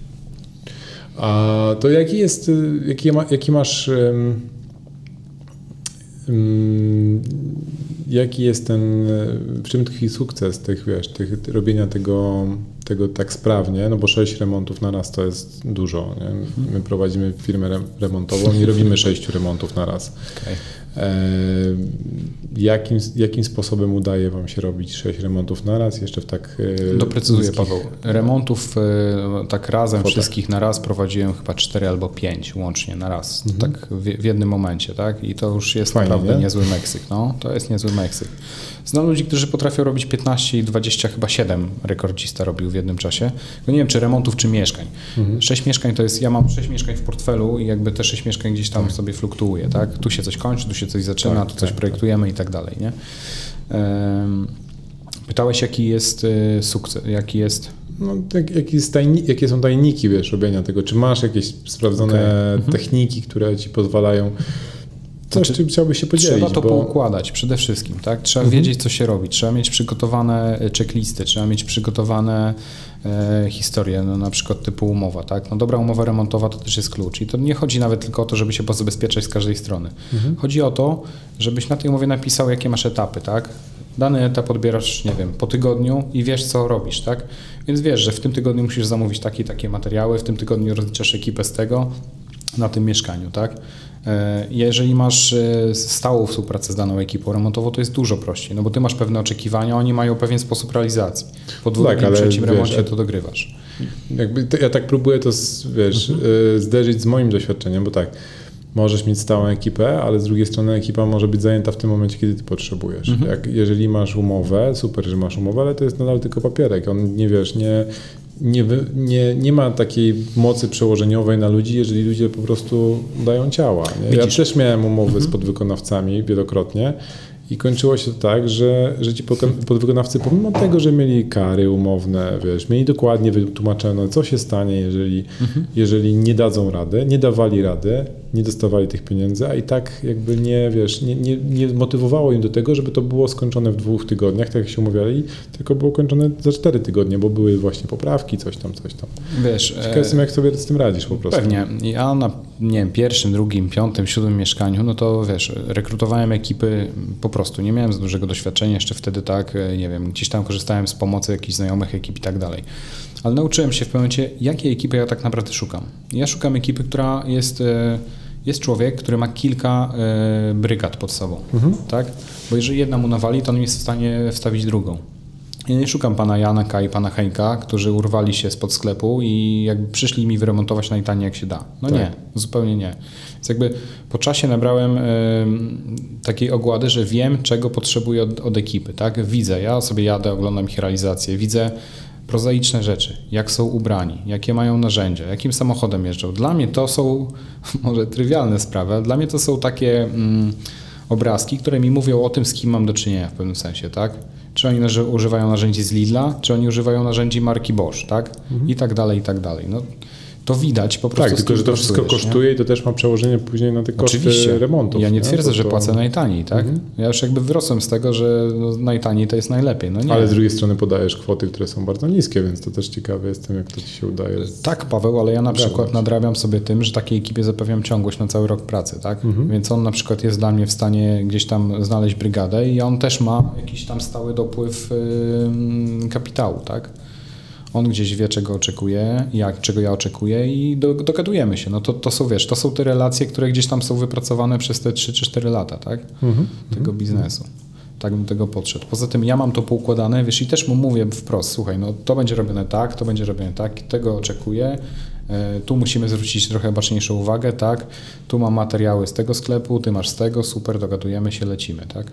Speaker 1: A to jaki jest, jaki, ma, jaki masz... Um, um, jaki jest ten, w czym tkwi sukces tych, wiesz, tych, robienia tego, tego tak sprawnie, no bo sześć remontów na raz to jest dużo, nie? My prowadzimy firmę remontową, nie robimy sześciu remontów na raz. Okay. Jakim, jakim sposobem udaje wam się robić sześć remontów na raz? Jeszcze w tak...
Speaker 3: Doprecyzuję, Paweł. Remontów tak razem, kwotach. Wszystkich na raz prowadziłem chyba cztery albo pięć łącznie na raz. Mhm. Tak w, w jednym momencie, tak? I to już jest Fajnie, naprawdę nie? niezły Meksyk. No, to jest niezły Meksyk. Znam ludzi, którzy potrafią robić piętnaście i dwadzieścia, chyba siedem rekordzista robił w jednym czasie. No nie wiem, czy remontów, czy mieszkań. Mhm. sześć mieszkań to jest, ja mam sześć mieszkań w portfelu i jakby te sześć mieszkań gdzieś tam tak. sobie fluktuuje, tak? Tu się coś kończy, tu się coś zaczyna, tak, tu tak, coś tak, projektujemy tak. i tak dalej, nie? Pytałeś, jaki jest sukces, jaki jest...
Speaker 1: No, jak, jaki jest tajni, jakie są tajniki, wiesz, robienia tego? Czy masz jakieś sprawdzone okay. techniki, które ci pozwalają... Coś, czym chciałbyś się podzielić.
Speaker 3: Trzeba to
Speaker 1: bo...
Speaker 3: poukładać przede wszystkim, tak? Trzeba mhm. wiedzieć, co się robi. Trzeba mieć przygotowane checklisty, trzeba mieć przygotowane e, historie, no, na przykład typu umowa, tak? No dobra umowa remontowa to też jest klucz. I to nie chodzi nawet tylko o to, żeby się pozabezpieczać z każdej strony. Mhm. Chodzi o to, żebyś na tej umowie napisał, jakie masz etapy, tak? Dany etap odbierasz, nie wiem, po tygodniu i wiesz, co robisz, tak? Więc wiesz, że w tym tygodniu musisz zamówić takie i takie materiały, w tym tygodniu rozliczasz ekipę z tego na tym mieszkaniu, tak? Jeżeli masz stałą współpracę z daną ekipą remontową, to jest dużo prościej, no bo ty masz pewne oczekiwania, oni mają pewien sposób realizacji. Po dwóch tak, trzecim remoncie to dogrywasz.
Speaker 1: Jakby to, ja tak próbuję to wiesz, mhm. zderzyć z moim doświadczeniem, bo tak, możesz mieć stałą ekipę, ale z drugiej strony ekipa może być zajęta w tym momencie, kiedy ty potrzebujesz. Mhm. Jak, jeżeli masz umowę, super, że masz umowę, ale to jest nadal tylko papierek. On nie wiesz, nie... Nie, nie, nie ma takiej mocy przełożeniowej na ludzi, jeżeli ludzie po prostu dają ciała. Nie? Ja też miałem umowy mhm. z podwykonawcami wielokrotnie i kończyło się to tak, że, że ci podwykonawcy pomimo tego, że mieli kary umowne, wiesz, mieli dokładnie wytłumaczone, co się stanie, jeżeli, mhm. jeżeli nie dadzą rady, nie dawali rady, nie dostawali tych pieniędzy, a i tak jakby nie, wiesz, nie, nie, nie motywowało im do tego, żeby to było skończone w dwóch tygodniach, tak jak się umawiali, tylko było kończone za cztery tygodnie, bo były właśnie poprawki, coś tam, coś tam.
Speaker 3: Wiesz,
Speaker 1: ciekaw jestem, jak sobie z tym radzisz po prostu.
Speaker 3: Pewnie. Ja na, nie wiem, pierwszym, drugim, piątym, siódmym mieszkaniu, no to wiesz, rekrutowałem ekipy po prostu, nie miałem za dużego doświadczenia jeszcze wtedy, tak, nie wiem, gdzieś tam korzystałem z pomocy jakichś znajomych ekip i tak dalej. Ale nauczyłem się w pewnym momencie, jakiej ekipy ja tak naprawdę szukam. Ja szukam ekipy, która jest... Jest człowiek, który ma kilka y, brygad pod sobą, mhm. tak? Bo jeżeli jedna mu nawali, to on jest w stanie wstawić drugą. Ja nie szukam pana Janka i pana Henka, którzy urwali się spod sklepu i jakby przyszli mi wyremontować najtaniej jak się da. No tak. nie, zupełnie nie. Więc jakby po czasie nabrałem y, takiej ogłady, że wiem, czego potrzebuję od, od ekipy, tak? Widzę, ja sobie jadę, oglądam ich realizację, widzę prozaiczne rzeczy, jak są ubrani, jakie mają narzędzia, jakim samochodem jeżdżą. Dla mnie to są może trywialne sprawy, ale dla mnie to są takie mm, obrazki, które mi mówią o tym, z kim mam do czynienia w pewnym sensie, tak? Czy oni naży- używają narzędzi z Lidla, czy oni używają narzędzi marki Bosch, tak? Mhm. I tak dalej, i tak dalej. No, to widać po prostu.
Speaker 1: Tak, tylko że to wszystko kosztuje nie? i to też ma przełożenie później na te koszty Oczywiście. remontów.
Speaker 3: Ja nie twierdzę, nie? To, że płacę najtaniej, tak? Mhm. Ja już jakby wyrosłem z tego, że no, najtaniej to jest najlepiej. No nie.
Speaker 1: Ale z drugiej strony podajesz kwoty, które są bardzo niskie, więc to też ciekawe jestem, jak to ci się udaje.
Speaker 3: Tak, Paweł, ale ja na przykład nadrabiam sobie tym, że takiej ekipie zapewniam ciągłość na cały rok pracy, tak? Mhm. Więc on na przykład jest dla mnie w stanie gdzieś tam znaleźć brygadę i on też ma jakiś tam stały dopływ yy, kapitału, tak? On gdzieś wie, czego oczekuje, jak, czego ja oczekuję i do, dogadujemy się. No to, to są, wiesz, to są te relacje, które gdzieś tam są wypracowane przez te trzy czy cztery lata, tak? Mhm. Tego biznesu. Tak bym do tego podszedł. Poza tym ja mam to poukładane, wiesz, i też mu mówię wprost, słuchaj, no to będzie robione tak, to będzie robione tak, tego oczekuję, y, tu musimy zwrócić trochę baczniejszą uwagę, tak? Tu mam materiały z tego sklepu, ty masz z tego, super, dogadujemy się, lecimy, tak?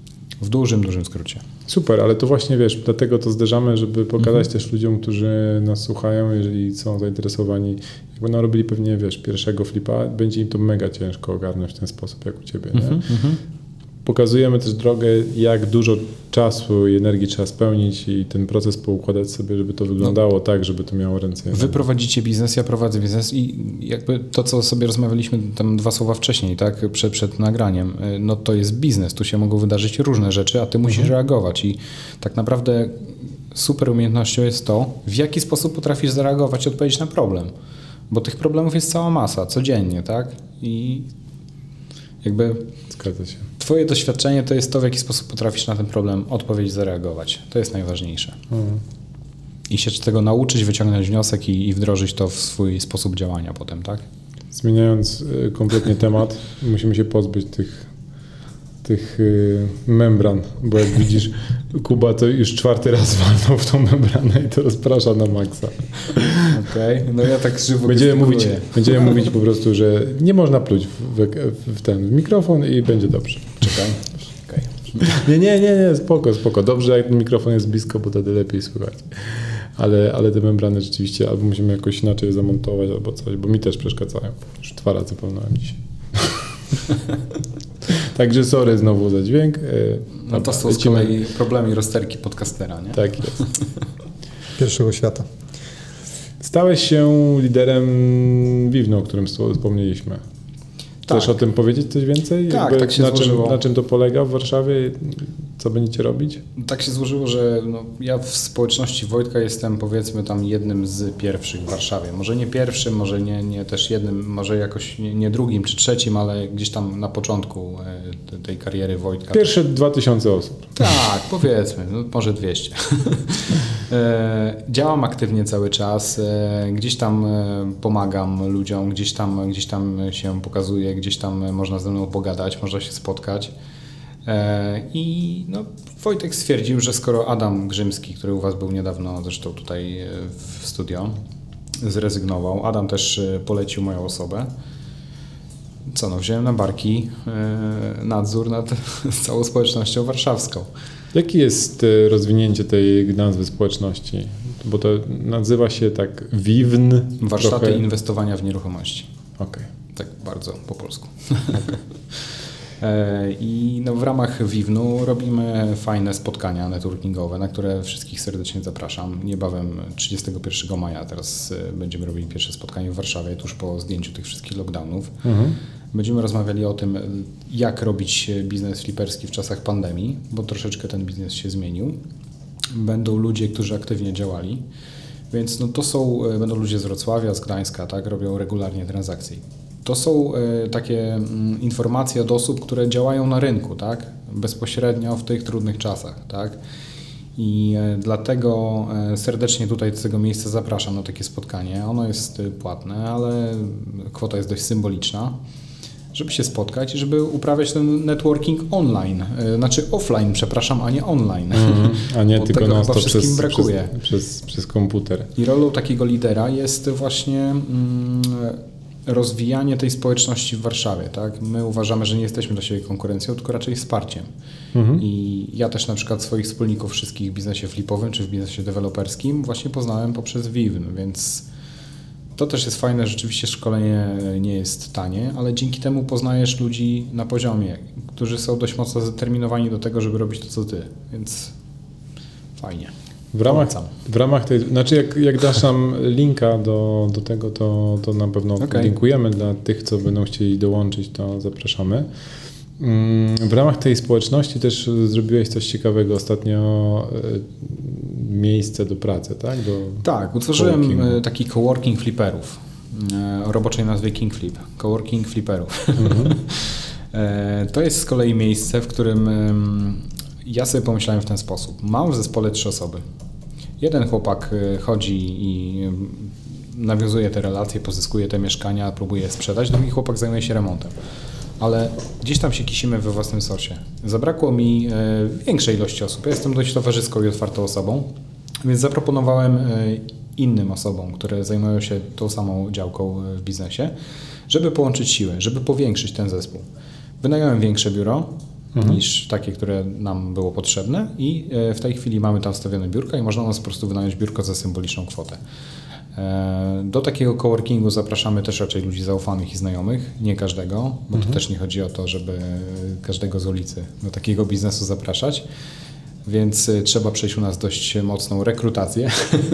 Speaker 3: W dużym, dużym skrócie.
Speaker 1: Super, ale to właśnie wiesz, dlatego to zderzamy, żeby pokazać mhm. też ludziom, którzy nas słuchają, jeżeli są zainteresowani, jak będą robili pewnie, wiesz, pierwszego flipa, będzie im to mega ciężko ogarnąć w ten sposób, jak u ciebie, nie? Mhm. Pokazujemy też drogę, jak dużo czasu i energii trzeba spełnić i ten proces poukładać sobie, żeby to wyglądało no, tak, żeby to miało ręce.
Speaker 3: Wy prowadzicie biznes, ja prowadzę biznes i jakby to, co sobie rozmawialiśmy tam dwa słowa wcześniej, tak, przed, przed nagraniem, no to jest biznes, tu się mogą wydarzyć różne rzeczy, a ty musisz mhm. reagować i tak naprawdę super umiejętnością jest to, w jaki sposób potrafisz zareagować i odpowiedzieć na problem, bo tych problemów jest cała masa, codziennie, tak, i jakby...
Speaker 1: Zgadza się.
Speaker 3: Twoje doświadczenie to jest to, w jaki sposób potrafisz na ten problem odpowiedzieć, zareagować. To jest najważniejsze. Mhm. I się tego nauczyć, wyciągnąć wniosek i, i wdrożyć to w swój sposób działania potem, tak?
Speaker 1: Zmieniając kompletnie temat, musimy się pozbyć tych tych y, membran, bo jak widzisz, Kuba to już czwarty raz walnął w tą membranę i to rozprasza na maksa.
Speaker 3: Okej, okay. No ja tak żywo
Speaker 1: będziemy mówić, będziemy mówić po prostu, że nie można pluć w, w, w ten w mikrofon i będzie dobrze.
Speaker 3: Czekaj. Okay.
Speaker 1: Nie, nie, nie, nie, spoko, spoko. Dobrze, jak mikrofon jest blisko, bo wtedy lepiej słychać. Ale, ale te membrany rzeczywiście albo musimy jakoś inaczej zamontować, albo coś, bo mi też przeszkadzają. Już dwa razy pełnąłem dzisiaj. Także sorry znowu za dźwięk.
Speaker 3: No to są z kolei problemy i rozterki podcastera, nie?
Speaker 1: Tak jest.
Speaker 2: Pierwszego świata.
Speaker 1: Stałeś się liderem Vivnu, o którym wspomnieliśmy. Chcesz tak. o tym powiedzieć coś więcej?
Speaker 3: Tak,
Speaker 1: Jakby
Speaker 3: tak się
Speaker 1: na
Speaker 3: złożyło.
Speaker 1: Czym, na czym to polega w Warszawie? Co będziecie robić?
Speaker 3: Tak się złożyło, że no, ja w społeczności Wojtka jestem powiedzmy tam jednym z pierwszych w Warszawie. Może nie pierwszym, może nie, nie też jednym, może jakoś nie, nie drugim czy trzecim, ale gdzieś tam na początku e, tej kariery Wojtka.
Speaker 1: Pierwsze dwa tysiące osób.
Speaker 3: Tak, powiedzmy, no, może dwieście. e, działam aktywnie cały czas, e, gdzieś tam e, pomagam ludziom, gdzieś tam, gdzieś tam się pokazuję, gdzieś tam można ze mną pogadać, można się spotkać. I no, Wojtek stwierdził, że skoro Adam Grzymski, który u Was był niedawno zresztą tutaj w studio, zrezygnował, Adam też polecił moją osobę, co no, wziąłem na barki nadzór nad całą społecznością warszawską.
Speaker 1: Jakie jest rozwinięcie tej nazwy społeczności? Bo to nazywa się tak Vivn.
Speaker 3: Warsztaty
Speaker 1: trochę...
Speaker 3: inwestowania w nieruchomości.
Speaker 1: Okej. Okay.
Speaker 3: Tak bardzo po polsku. Okay. I no, w ramach Vivnu robimy fajne spotkania networkingowe, na które wszystkich serdecznie zapraszam. Niebawem trzydziestego pierwszego maja teraz będziemy robili pierwsze spotkanie w Warszawie, tuż po zdjęciu tych wszystkich lockdownów. Mhm. Będziemy rozmawiali o tym, jak robić biznes fliperski w czasach pandemii, bo troszeczkę ten biznes się zmienił. Będą ludzie, którzy aktywnie działali, więc no, to są, będą ludzie z Wrocławia, z Gdańska, tak, robią regularnie transakcje. To są y, takie y, informacje od osób, które działają na rynku, tak? Bezpośrednio w tych trudnych czasach. Tak? I y, dlatego y, serdecznie tutaj z tego miejsca zapraszam na takie spotkanie. Ono jest y, płatne, ale kwota jest dość symboliczna, żeby się spotkać i żeby uprawiać ten networking online. Y, znaczy offline, przepraszam, a nie online.
Speaker 1: Mm, a nie
Speaker 3: Bo
Speaker 1: tylko
Speaker 3: tego
Speaker 1: na
Speaker 3: chyba wszystkim
Speaker 1: przez,
Speaker 3: brakuje.
Speaker 1: Przez, przez, przez komputer.
Speaker 3: I rolą takiego lidera jest właśnie... Mm, rozwijanie tej społeczności w Warszawie. Tak? My uważamy, że nie jesteśmy dla siebie konkurencją, tylko raczej wsparciem. Mhm. I ja też na przykład swoich wspólników wszystkich w biznesie flipowym czy w biznesie deweloperskim właśnie poznałem poprzez Vivn, więc to też jest fajne. Rzeczywiście szkolenie nie jest tanie, ale dzięki temu poznajesz ludzi na poziomie, którzy są dość mocno zdeterminowani do tego, żeby robić to, co ty. Więc fajnie.
Speaker 1: W ramach, w ramach tej, znaczy jak, jak dasz nam linka do, do tego, to, to na pewno okay. Dziękujemy dla tych, co będą chcieli dołączyć, to zapraszamy. W ramach tej społeczności też zrobiłeś coś ciekawego ostatnio, miejsce do pracy, tak? Do
Speaker 3: tak, utworzyłem taki coworking fliperów o roboczej nazwie KingFlip, coworking fliperów. Mhm. To jest z kolei miejsce, w którym ja sobie pomyślałem w ten sposób. Mam w zespole trzy osoby. Jeden chłopak chodzi i nawiązuje te relacje, pozyskuje te mieszkania, próbuje je sprzedać, drugi chłopak zajmuje się remontem. Ale gdzieś tam się kisimy we własnym sosie. Zabrakło mi większej ilości osób. Ja jestem dość towarzyską i otwartą osobą, więc zaproponowałem innym osobom, które zajmują się tą samą działką w biznesie, żeby połączyć siły, żeby powiększyć ten zespół. Wynająłem większe biuro, Mhm. niż takie, które nam było potrzebne i w tej chwili mamy tam wstawione biurka i można nas po prostu wynająć biurko za symboliczną kwotę. Do takiego coworkingu zapraszamy też raczej ludzi zaufanych i znajomych, nie każdego, bo mhm. to też nie chodzi o to, żeby każdego z ulicy do takiego biznesu zapraszać, więc trzeba przejść u nas dość mocną rekrutację,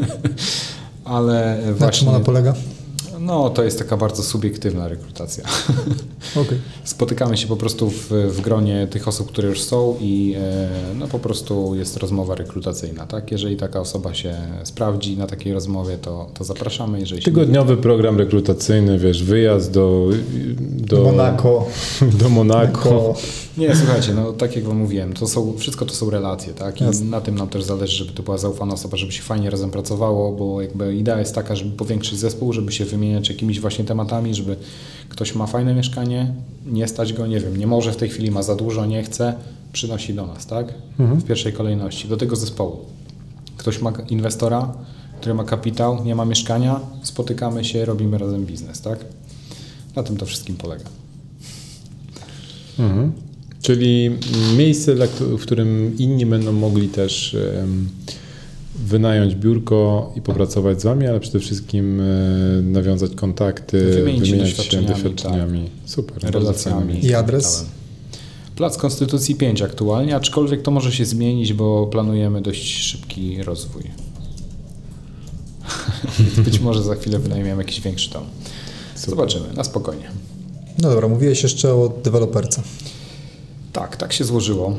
Speaker 3: ale właśnie...
Speaker 2: Na czym ona polega?
Speaker 3: No, to jest taka bardzo subiektywna rekrutacja.
Speaker 2: Okay.
Speaker 3: Spotykamy się po prostu w, w gronie tych osób, które już są i e, no, po prostu jest rozmowa rekrutacyjna. Tak? Jeżeli taka osoba się sprawdzi na takiej rozmowie, to, to zapraszamy. Jeżeli
Speaker 1: Tygodniowy się... program rekrutacyjny, wiesz, wyjazd do...
Speaker 2: Do, do Monako.
Speaker 1: Do Monako.
Speaker 3: Nie, słuchajcie, no tak jak wam mówiłem, to są, wszystko to są relacje, tak? I Jasne. Na tym nam też zależy, żeby to była zaufana osoba, żeby się fajnie razem pracowało, bo jakby idea jest taka, żeby powiększyć zespół, żeby się wymienić wymieniać jakimiś właśnie tematami, żeby ktoś ma fajne mieszkanie, nie stać go, nie wiem, nie może w tej chwili, ma za dużo, nie chce, przynosi do nas, tak? Mhm. W pierwszej kolejności, do tego zespołu. Ktoś ma inwestora, który ma kapitał, nie ma mieszkania, spotykamy się, robimy razem biznes, tak? Na tym to wszystkim polega.
Speaker 1: Mhm. Czyli miejsce, w którym inni będą mogli też um, wynająć biurko i popracować z wami, ale przede wszystkim um, nawiązać kontakty,
Speaker 3: wymienić,
Speaker 1: wymieniać
Speaker 3: doświadczeniami,
Speaker 1: się doświadczeniami.
Speaker 3: Tak.
Speaker 1: Super.
Speaker 3: Relacjami.
Speaker 2: I adres?
Speaker 3: Plac Konstytucji pięć aktualnie, aczkolwiek to może się zmienić, bo planujemy dość szybki rozwój. Być może za chwilę wynajmiemy jakiś większy dom. Zobaczymy, na spokojnie.
Speaker 2: No dobra, mówiłeś jeszcze o deweloperce.
Speaker 3: Tak, tak się złożyło,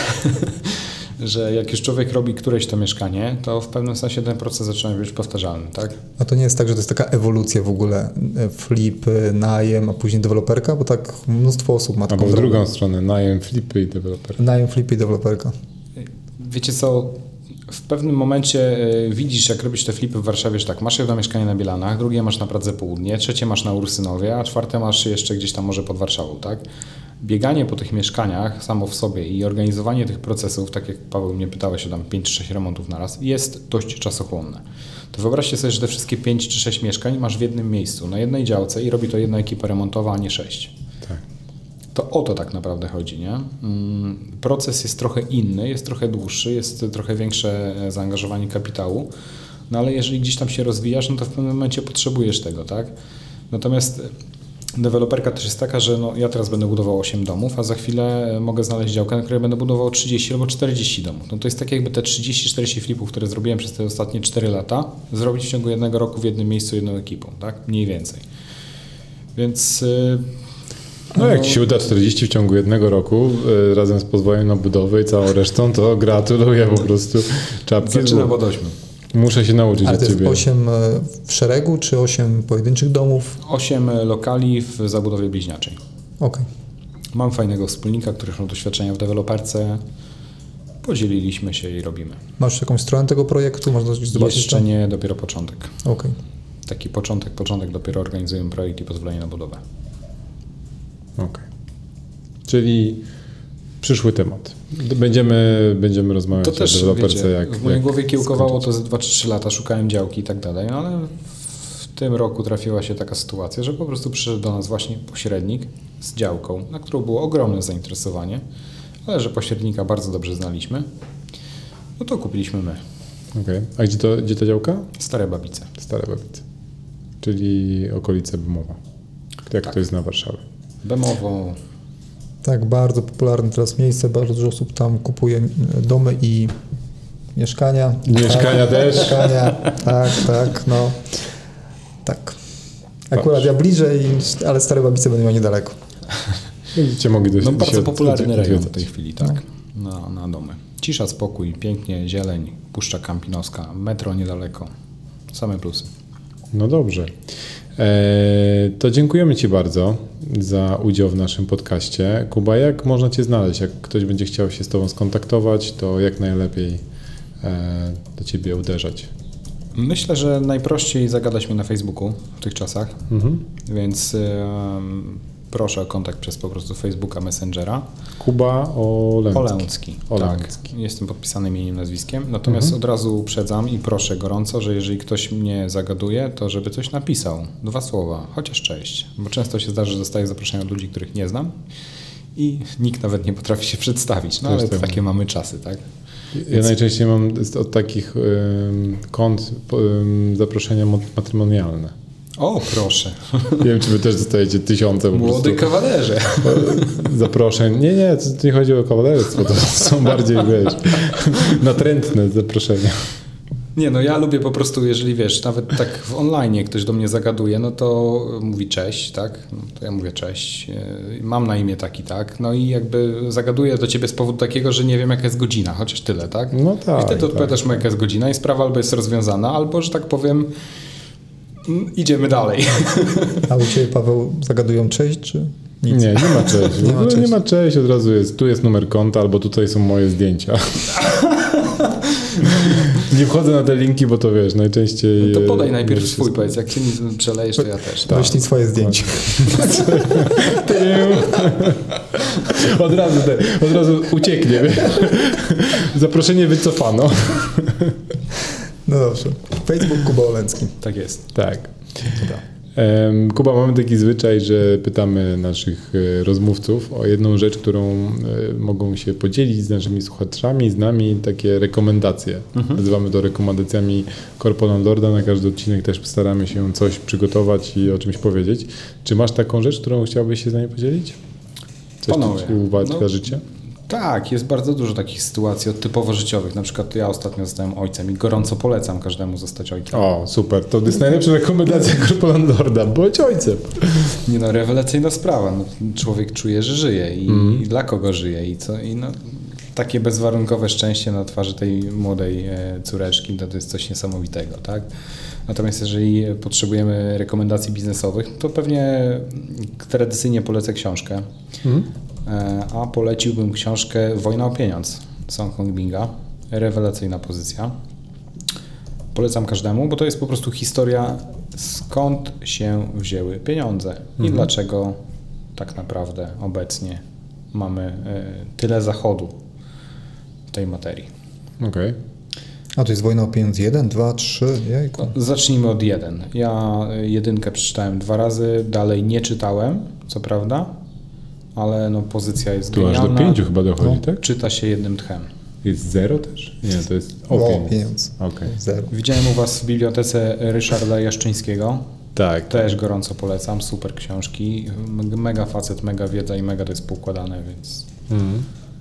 Speaker 3: że jak już człowiek robi któreś to mieszkanie, to w pewnym sensie ten proces zaczyna być powtarzalny, tak?
Speaker 2: A to nie jest tak, że to jest taka ewolucja w ogóle, flipy, najem, a później deweloperka, bo tak mnóstwo osób ma taką
Speaker 1: Albo w drugą stronę, najem, flipy i deweloperka.
Speaker 2: Najem, flipy i deweloperka.
Speaker 3: Wiecie co, w pewnym momencie widzisz, jak robisz te flipy w Warszawie, że tak, masz jedno mieszkanie na Bielanach, drugie masz na Pradze Południe, trzecie masz na Ursynowie, a czwarte masz jeszcze gdzieś tam może pod Warszawą, tak? Bieganie po tych mieszkaniach samo w sobie i organizowanie tych procesów, tak jak Paweł mnie pytałeś o tam pięć czy sześć remontów na raz, jest dość czasochłonne. To wyobraźcie sobie, że te wszystkie pięć czy sześć mieszkań masz w jednym miejscu, na jednej działce i robi to jedna ekipa remontowa, a nie sześć.
Speaker 1: Tak.
Speaker 3: To o to tak naprawdę chodzi, nie? Proces jest trochę inny, jest trochę dłuższy, jest trochę większe zaangażowanie kapitału, no ale jeżeli gdzieś tam się rozwijasz, no to w pewnym momencie potrzebujesz tego, tak? Natomiast deweloperka też jest taka, że no, ja teraz będę budował osiem domów, a za chwilę mogę znaleźć działkę, na której będę budował trzydzieści albo czterdzieści domów. No to jest tak jakby te trzydzieści czterdzieści flipów, które zrobiłem przez te ostatnie cztery lata, zrobić w ciągu jednego roku w jednym miejscu jedną ekipą, tak? Mniej więcej. Więc...
Speaker 1: No jak ci się uda czterdzieści w ciągu jednego roku yy, razem z pozwoleniem na budowę i całą resztą, to gratuluję po prostu. Czapki.
Speaker 3: Zaczynam od ośmiu.
Speaker 1: Muszę się nauczyć
Speaker 2: Ale
Speaker 1: od
Speaker 2: to jest
Speaker 1: ciebie.
Speaker 2: osiem w szeregu, czy osiem pojedynczych domów?
Speaker 3: osiem lokali w zabudowie bliźniaczej.
Speaker 2: Okej. Okay.
Speaker 3: Mam fajnego wspólnika, który ma doświadczenia w deweloperce. Podzieliliśmy się i robimy.
Speaker 2: Masz jakąś stronę tego projektu? Można coś zobaczyć?
Speaker 3: Jeszcze tam? Nie, dopiero początek.
Speaker 2: Okej. Okay.
Speaker 3: Taki początek, początek, dopiero organizujemy projekt i pozwolenie na budowę.
Speaker 1: Okej. Okay. Czyli przyszły temat. Będziemy, będziemy rozmawiać
Speaker 3: to
Speaker 1: o
Speaker 3: też,
Speaker 1: deweloperce.
Speaker 3: Wiecie,
Speaker 1: jak,
Speaker 3: w mojej
Speaker 1: jak
Speaker 3: głowie kiełkowało
Speaker 1: skończyć.
Speaker 3: to ze dwa czy trzy lata, szukałem działki i tak dalej, no ale w tym roku trafiła się taka sytuacja, że po prostu przyszedł do nas właśnie pośrednik z działką, na którą było ogromne zainteresowanie, ale że pośrednika bardzo dobrze znaliśmy, no to kupiliśmy my.
Speaker 1: Okej. Okay. A gdzie, to, gdzie ta działka?
Speaker 3: Stare Babice.
Speaker 1: Stare Babice. Czyli okolice Bemowa. Jak
Speaker 3: Tak.
Speaker 1: to jest na Warszawę?
Speaker 3: Bemowo.
Speaker 2: Tak, bardzo popularne teraz miejsce, bardzo dużo osób tam kupuje domy i mieszkania.
Speaker 1: Mieszkania
Speaker 2: tak,
Speaker 1: też?
Speaker 2: Mieszkania, tak, tak, no. Tak. Akurat Patrz. ja bliżej, ale Stare Babice będą miał niedaleko.
Speaker 1: Będziecie mogli dość.
Speaker 3: No bardzo popularny rejon w tej chwili, tak, no. na, na domy. Cisza, spokój, pięknie, zieleń, Puszcza Kampinoska, metro niedaleko, same plusy.
Speaker 1: No dobrze. Eee, to dziękujemy Ci bardzo za udział w naszym podcaście. Kuba, jak można Cię znaleźć? Jak ktoś będzie chciał się z Tobą skontaktować, to jak najlepiej e, do Ciebie uderzać?
Speaker 3: Myślę, że najprościej zagadać mnie na Facebooku w tych czasach, mhm. więc e, proszę o kontakt przez po prostu Facebooka, Messengera.
Speaker 1: Kuba Olęcki.
Speaker 3: Olęcki,
Speaker 1: Olęcki.
Speaker 3: Tak. Jestem podpisany imieniem, nazwiskiem. Natomiast mhm. od razu uprzedzam i proszę gorąco, że jeżeli ktoś mnie zagaduje, to żeby coś napisał. Dwa słowa, chociaż cześć. Bo często się zdarza, że dostaję zaproszenia od ludzi, których nie znam i nikt nawet nie potrafi się przedstawić. No ale to takie mamy czasy, tak?
Speaker 1: Ja Więc... najczęściej mam od takich ym, kont ym, zaproszenia matrymonialne.
Speaker 3: O, proszę.
Speaker 1: Nie wiem, czy wy też dostajecie tysiące po
Speaker 3: Młody
Speaker 1: prostu
Speaker 3: kawalerze.
Speaker 1: zaproszeń. Nie, nie, to nie chodzi o kawalerstwo, to są bardziej, wiesz, natrętne zaproszenia.
Speaker 3: Nie, no ja lubię po prostu, jeżeli wiesz, nawet tak w online ktoś do mnie zagaduje, no to mówi cześć, tak? No to ja mówię cześć, mam na imię taki, tak? No i jakby zagaduję do ciebie z powodu takiego, że nie wiem jaka jest godzina, chociaż tyle, tak?
Speaker 1: No tak.
Speaker 3: I wtedy
Speaker 1: tak.
Speaker 3: odpowiadasz mu jaka jest godzina i sprawa albo jest rozwiązana, albo, że tak powiem, idziemy dalej.
Speaker 2: A u Ciebie, Paweł, zagadują cześć, czy nic?
Speaker 1: Nie, nie ma cześć. W
Speaker 2: nie, ma cześć.
Speaker 1: nie ma cześć, od razu jest, tu jest numer konta, albo tutaj są moje zdjęcia. Nie wchodzę na te linki, bo to wiesz, najczęściej...
Speaker 3: No to podaj najpierw swój, powiedz, jak ty mi przelejesz, to ja też.
Speaker 2: Tak. Wyślij swoje zdjęcie.
Speaker 1: od razu, te, od razu ucieknie. Zaproszenie wycofano.
Speaker 2: No dobrze. Facebook Kuba Oleński.
Speaker 3: Tak jest.
Speaker 1: Tak.
Speaker 2: Dobra.
Speaker 1: Kuba, mamy taki zwyczaj, że pytamy naszych rozmówców o jedną rzecz, którą mogą się podzielić z naszymi słuchaczami, z nami, takie rekomendacje. Mhm. Nazywamy to rekomendacjami Corpo Landlorda. Na każdy odcinek też staramy się coś przygotować i o czymś powiedzieć. Czy masz taką rzecz, którą chciałbyś się z nami podzielić? Coś, co ci ułatwia no, życie?
Speaker 3: Tak, jest bardzo dużo takich sytuacji typowo życiowych. Na przykład ja ostatnio zostałem ojcem i gorąco polecam każdemu zostać ojcem.
Speaker 1: O, super. To jest najlepsza rekomendacja Corpo Landlorda. Bądź ojcem.
Speaker 3: Nie no, rewelacyjna sprawa. No, człowiek czuje, że żyje i, mm. i dla kogo żyje i co. I no, takie bezwarunkowe szczęście na twarzy tej młodej córeczki to, to jest coś niesamowitego, tak? Natomiast jeżeli potrzebujemy rekomendacji biznesowych, to pewnie tradycyjnie polecę książkę. Mm. A poleciłbym książkę Wojna o pieniądz Song Hong Binga. Rewelacyjna pozycja. Polecam każdemu, bo to jest po prostu historia, skąd się wzięły pieniądze mhm. i dlaczego tak naprawdę obecnie mamy tyle zachodu w tej materii.
Speaker 1: Okej. Okay.
Speaker 2: A to jest Wojna o pieniądz jeden, dwa, trzy, jejku.
Speaker 3: Zacznijmy od jeden. Ja jedynkę przeczytałem dwa razy, dalej nie czytałem, co prawda, ale no pozycja jest genialna.
Speaker 1: Tu aż do pięciu chyba dochodzi, no. Tak?
Speaker 3: Czyta się jednym tchem.
Speaker 1: Jest zero też? Nie, to jest o pieniądz.
Speaker 2: pieniądz.
Speaker 1: Okay.
Speaker 2: Zero.
Speaker 3: Widziałem u was w bibliotece Ryszarda Jaszczyńskiego.
Speaker 1: Tak.
Speaker 3: Też
Speaker 1: tak.
Speaker 3: gorąco polecam, super książki. Mega facet, mega wiedza i mega to jest poukładane, więc...
Speaker 1: Mm.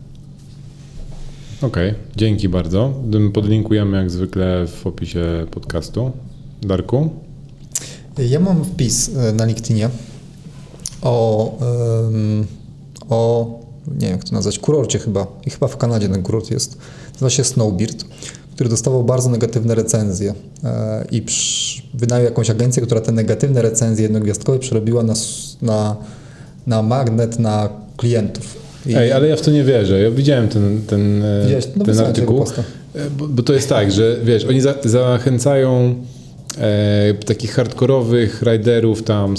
Speaker 1: Okej, okay. Dzięki bardzo. Podlinkujemy jak zwykle w opisie podcastu. Darku?
Speaker 2: Ja mam wpis na LinkedInie o... Um, o, nie wiem jak to nazwać, kurorcie chyba. I chyba w Kanadzie ten kurort jest. Nazywa się Snowbird, który dostawał bardzo negatywne recenzje e, i przy, wynajął jakąś agencję, która te negatywne recenzje jednogwiazdkowe przerobiła na, na, na magnet na klientów. I...
Speaker 1: Ej, ale ja w to nie wierzę. Ja widziałem ten, ten,
Speaker 2: no,
Speaker 1: ten artykuł, bo, bo to jest tak, że wiesz, oni za, zachęcają E, takich hardkorowych riderów tam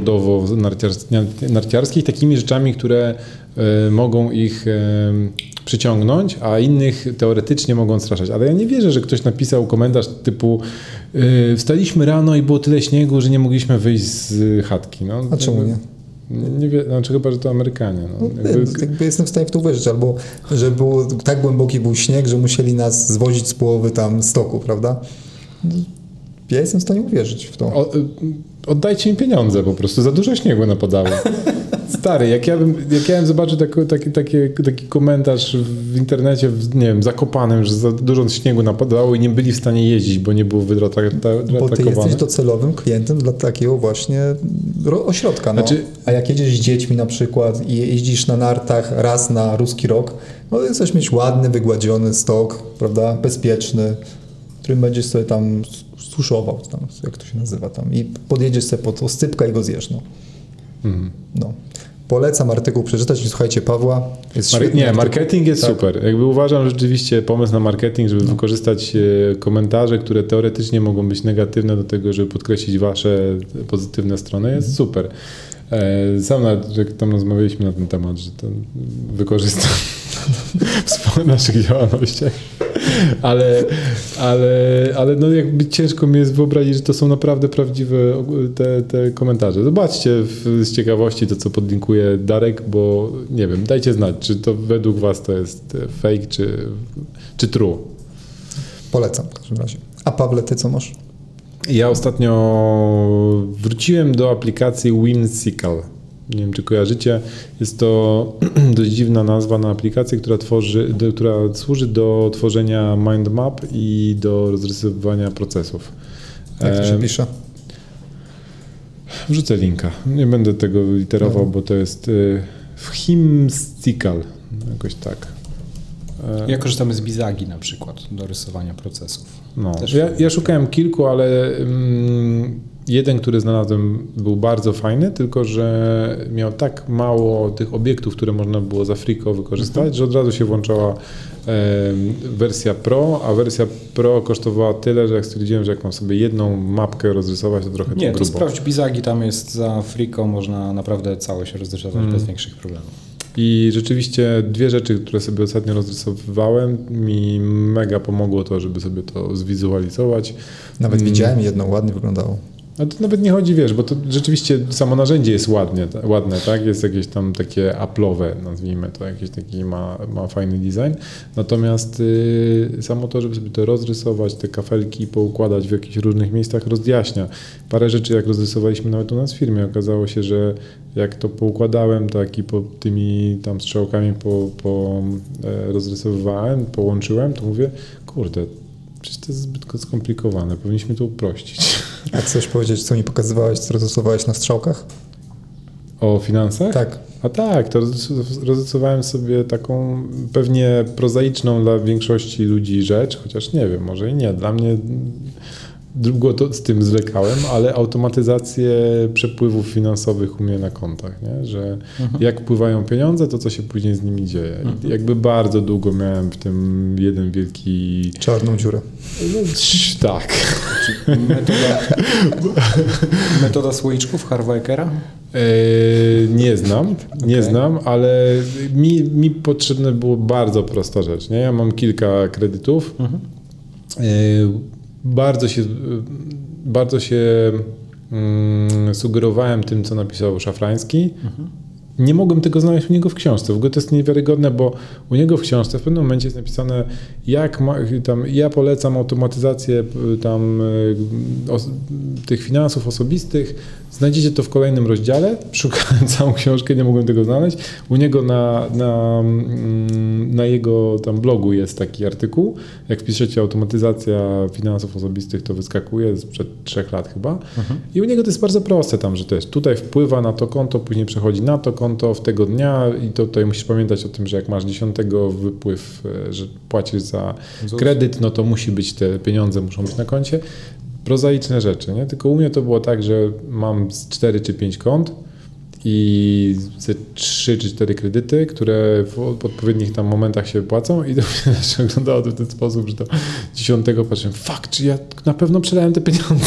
Speaker 1: snowboardowo-narciarskich takimi rzeczami, które e, mogą ich e, przyciągnąć, a innych teoretycznie mogą straszać. Ale ja nie wierzę, że ktoś napisał komentarz typu e, wstaliśmy rano i było tyle śniegu, że nie mogliśmy wyjść z chatki. No,
Speaker 2: a czemu nie?
Speaker 1: Nie, nie wiem, znaczy chyba, że to Amerykanie. No.
Speaker 2: No, jakby... jakby jestem w stanie w to uwierzyć, albo że był, tak głęboki był śnieg, że musieli nas zwozić z połowy tam stoku, prawda? Ja jestem w stanie uwierzyć w to.
Speaker 1: O, oddajcie mi pieniądze po prostu, za dużo śniegu napadało. Stary, jak ja bym, jak ja bym zobaczył taki, taki, taki, taki komentarz w internecie, nie wiem, Zakopanem, że za dużo śniegu napadało i nie byli w stanie jeździć, bo nie było wydratowane.
Speaker 2: Bo ty jesteś docelowym klientem dla takiego właśnie ośrodka. No. Znaczy, a jak jedziesz z dziećmi na przykład i jeździsz na nartach raz na ruski rok, no to chcesz mieć ładny, wygładziony stok, prawda, bezpieczny, którym będziesz sobie tam suszował, tam, jak to się nazywa tam, i podjedziesz sobie pod oscypka i go zjesz. No. Mm. No. Polecam artykuł przeczytać i słuchajcie Pawła. Jest
Speaker 1: Mar- nie,
Speaker 2: artykuł.
Speaker 1: Marketing jest tak. Super. Jakby uważam rzeczywiście pomysł na marketing, żeby no. wykorzystać komentarze, które teoretycznie mogą być negatywne do tego, żeby podkreślić wasze pozytywne strony, jest mm. super. Sam nawet, jak tam rozmawialiśmy na ten temat, że to wykorzystam w naszych działalnościach, ale, ale, ale no jakby ciężko mi jest wyobrazić, że to są naprawdę prawdziwe te, te komentarze. Zobaczcie w, z ciekawości to, co podlinkuje Darek, bo nie wiem, dajcie znać, czy to według was to jest fake, czy, czy true.
Speaker 2: Polecam w każdym razie. A Pawle, ty co masz?
Speaker 1: Ja ostatnio wróciłem do aplikacji Whimsical. Nie wiem, czy kojarzycie. Jest to dość dziwna nazwa na aplikację, która, tworzy, do, która służy do tworzenia mind map i do rozrysowywania procesów.
Speaker 2: Jak to się pisze?
Speaker 1: Wrzucę linka. Nie będę tego literował, no. bo to jest Whimsical. Jakoś tak.
Speaker 3: Ja korzystamy z Bizagi na przykład do rysowania procesów.
Speaker 1: No. Ja, ja szukałem kilku, ale um, jeden, który znalazłem, był bardzo fajny, tylko że miał tak mało tych obiektów, które można było za friko wykorzystać, mhm. że od razu się włączała e, wersja Pro, a wersja Pro kosztowała tyle, że jak stwierdziłem, że jak mam sobie jedną mapkę rozrysować, to trochę
Speaker 3: Nie,
Speaker 1: to
Speaker 3: to
Speaker 1: grubo.
Speaker 3: sprawdź Bizagi, tam jest za friko, można naprawdę całość rozrysować mhm. bez większych problemów.
Speaker 1: I rzeczywiście dwie rzeczy, które sobie ostatnio rozrysowywałem, mi mega pomogło to, żeby sobie to zwizualizować.
Speaker 2: Nawet hmm. widziałem jedno, ładnie wyglądało.
Speaker 1: A to nawet nie chodzi, wiesz, bo to rzeczywiście samo narzędzie jest ładnie, ładne, tak? Jest jakieś tam takie Apple'owe, nazwijmy to, jakiś taki ma, ma fajny design. Natomiast y, samo to, żeby sobie to rozrysować, te kafelki poukładać w jakichś różnych miejscach rozjaśnia. Parę rzeczy jak rozrysowaliśmy nawet u nas w firmie, okazało się, że jak to poukładałem, tak i po tymi tam strzałkami po, po e, rozrysowywałem, połączyłem, to mówię, kurde, przecież to jest zbyt skomplikowane, powinniśmy to uprościć.
Speaker 2: A chcesz powiedzieć, co mi pokazywałeś, co rozrysowałeś na strzałkach?
Speaker 1: O finansach?
Speaker 2: Tak.
Speaker 1: A tak, to rozrysowałem sobie taką pewnie prozaiczną dla większości ludzi rzecz, chociaż nie wiem, może i nie. Dla mnie długo to z tym zwlekałem, ale automatyzację przepływów finansowych u mnie na kontach, nie? Że mhm. jak wpływają pieniądze, to co się później z nimi dzieje. Mhm. Jakby bardzo długo miałem w tym jeden wielki...
Speaker 2: Czarną dziurę.
Speaker 1: No, tak.
Speaker 3: Metoda, metoda słoiczków Hardwalkera?
Speaker 1: Yy, nie znam, nie okay. znam, ale mi, mi potrzebna była bardzo prosta rzecz. Nie? Ja mam kilka kredytów. Mhm. Yy, bardzo się, bardzo się mm, sugerowałem tym, co napisał Szafrański. Mhm. Nie mogłem tego znaleźć u niego w książce. W ogóle to jest niewiarygodne, bo u niego w książce w pewnym momencie jest napisane, jak ma, tam, ja polecam automatyzację tam, o, tych finansów osobistych. Znajdziecie to w kolejnym rozdziale. Szukałem całą książkę, nie mogłem tego znaleźć. U niego na, na, na jego tam blogu jest taki artykuł. Jak wpiszecie automatyzacja finansów osobistych, to wyskakuje sprzed trzech lat chyba. Mhm. I u niego to jest bardzo proste tam, że też tutaj wpływa na to konto, później przechodzi na to konto w tego dnia i to, tutaj musisz pamiętać o tym, że jak masz dziesiątego wypływ, że płacisz za kredyt, no to musi być, te pieniądze muszą być na koncie. Prozaiczne rzeczy, nie? Tylko u mnie to było tak, że mam cztery czy pięć kont i trzy czy cztery kredyty, które w odpowiednich tam momentach się płacą i to się wyglądało to w ten sposób, że do dziesiątego patrzyłem, fuck, czy ja na pewno przelałem te pieniądze?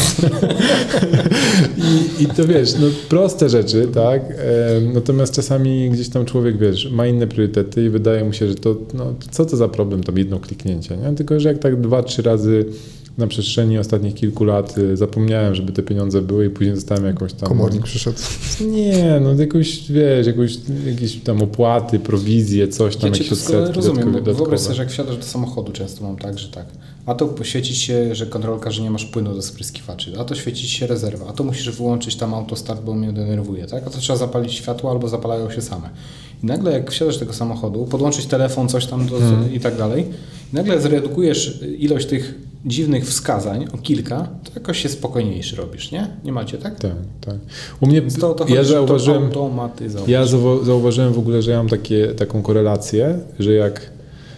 Speaker 1: I, I to wiesz, no proste rzeczy, tak? E, natomiast czasami gdzieś tam człowiek, wiesz, ma inne priorytety i wydaje mu się, że to, no co to za problem, tam jedno kliknięcie, nie? Tylko, że jak tak dwa, trzy razy na przestrzeni ostatnich kilku lat zapomniałem, żeby te pieniądze były i później dostałem jakąś tam...
Speaker 2: Komornik przyszedł.
Speaker 1: Nie, no jakąś, wiesz, jakąś, jakieś tam opłaty, prowizje, coś tam,
Speaker 3: ja
Speaker 1: jakieś
Speaker 3: odsetki rozumiem, bo wyobraź sobie, że jak wsiadasz do samochodu, często mam tak, że tak, a to świeci się, że kontrolka, że nie masz płynu do spryskiwaczy, a to świeci się rezerwa, a to musisz wyłączyć tam autostart, bo mnie denerwuje, tak? A to trzeba zapalić światło albo zapalają się same. I nagle jak wsiadasz do tego samochodu, podłączyć telefon, coś tam do, hmm. i tak dalej, i nagle zredukujesz ilość tych dziwnych wskazań o kilka, to jakoś się spokojniejszy robisz, nie? Nie macie, tak?
Speaker 1: Tak, tak. U mnie
Speaker 3: to, to
Speaker 1: ja zauważyłem, ja
Speaker 3: zauważyłem.
Speaker 1: zauważyłem w ogóle, że ja mam takie, taką korelację, że jak,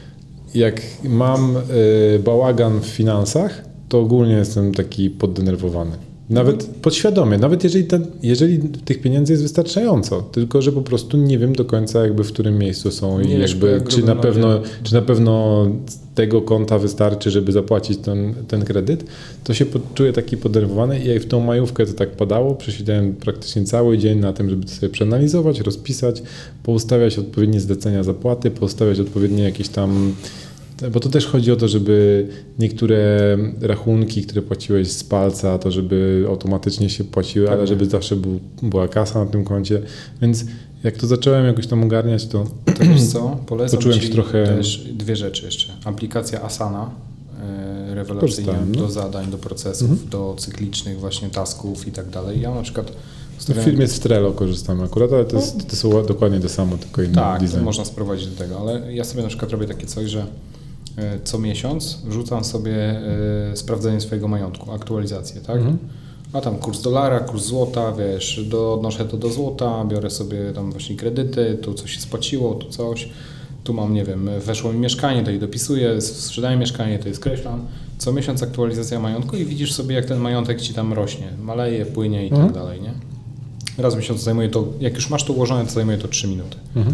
Speaker 1: jak mam y, bałagan w finansach, to ogólnie jestem taki poddenerwowany. Nawet podświadomie, nawet jeżeli, ten, jeżeli tych pieniędzy jest wystarczająco, tylko że po prostu nie wiem do końca jakby w którym miejscu są i jakby, czy na pewno, czy na pewno tego konta wystarczy, żeby zapłacić ten, ten kredyt, to się czuję taki podenerwowany i jak w tą majówkę to tak padało, przesiedziałem praktycznie cały dzień na tym, żeby to sobie przeanalizować, rozpisać, poustawiać odpowiednie zlecenia zapłaty, poustawiać odpowiednie jakieś tam... Bo to też chodzi o to, żeby niektóre rachunki, które płaciłeś z palca, to żeby automatycznie się płaciły, tak, ale żeby zawsze był, była kasa na tym koncie. Więc jak to zacząłem jakoś tam ogarniać, to,
Speaker 3: to wiesz co? Polecam
Speaker 1: poczułem
Speaker 3: ci
Speaker 1: się trochę...
Speaker 3: też dwie rzeczy jeszcze. Aplikacja Asana, yy, rewelacyjna no. do zadań, do procesów, mhm. do cyklicznych właśnie tasków i tak dalej. Ja na przykład...
Speaker 1: W firmie z Trello korzystamy akurat, ale to, jest, to są dokładnie to samo, tylko inny
Speaker 3: tak,
Speaker 1: design.
Speaker 3: Tak, można sprowadzić do tego, ale ja sobie na przykład robię takie coś, że co miesiąc rzucam sobie y, sprawdzenie swojego majątku, aktualizację, tak? Mhm. A tam kurs dolara, kurs złota, wiesz, do, odnoszę to do złota, biorę sobie tam właśnie kredyty, tu coś się spłaciło, tu coś. tu mam, nie wiem, weszło mi mieszkanie, to je dopisuję, sprzedaję mieszkanie, to je skreślam. Co miesiąc aktualizacja majątku i widzisz sobie, jak ten majątek ci tam rośnie, maleje, płynie i mhm. tak dalej, nie? Raz w miesiącu zajmuje to, jak już masz to ułożone, to zajmuje to trzy minuty. Mhm.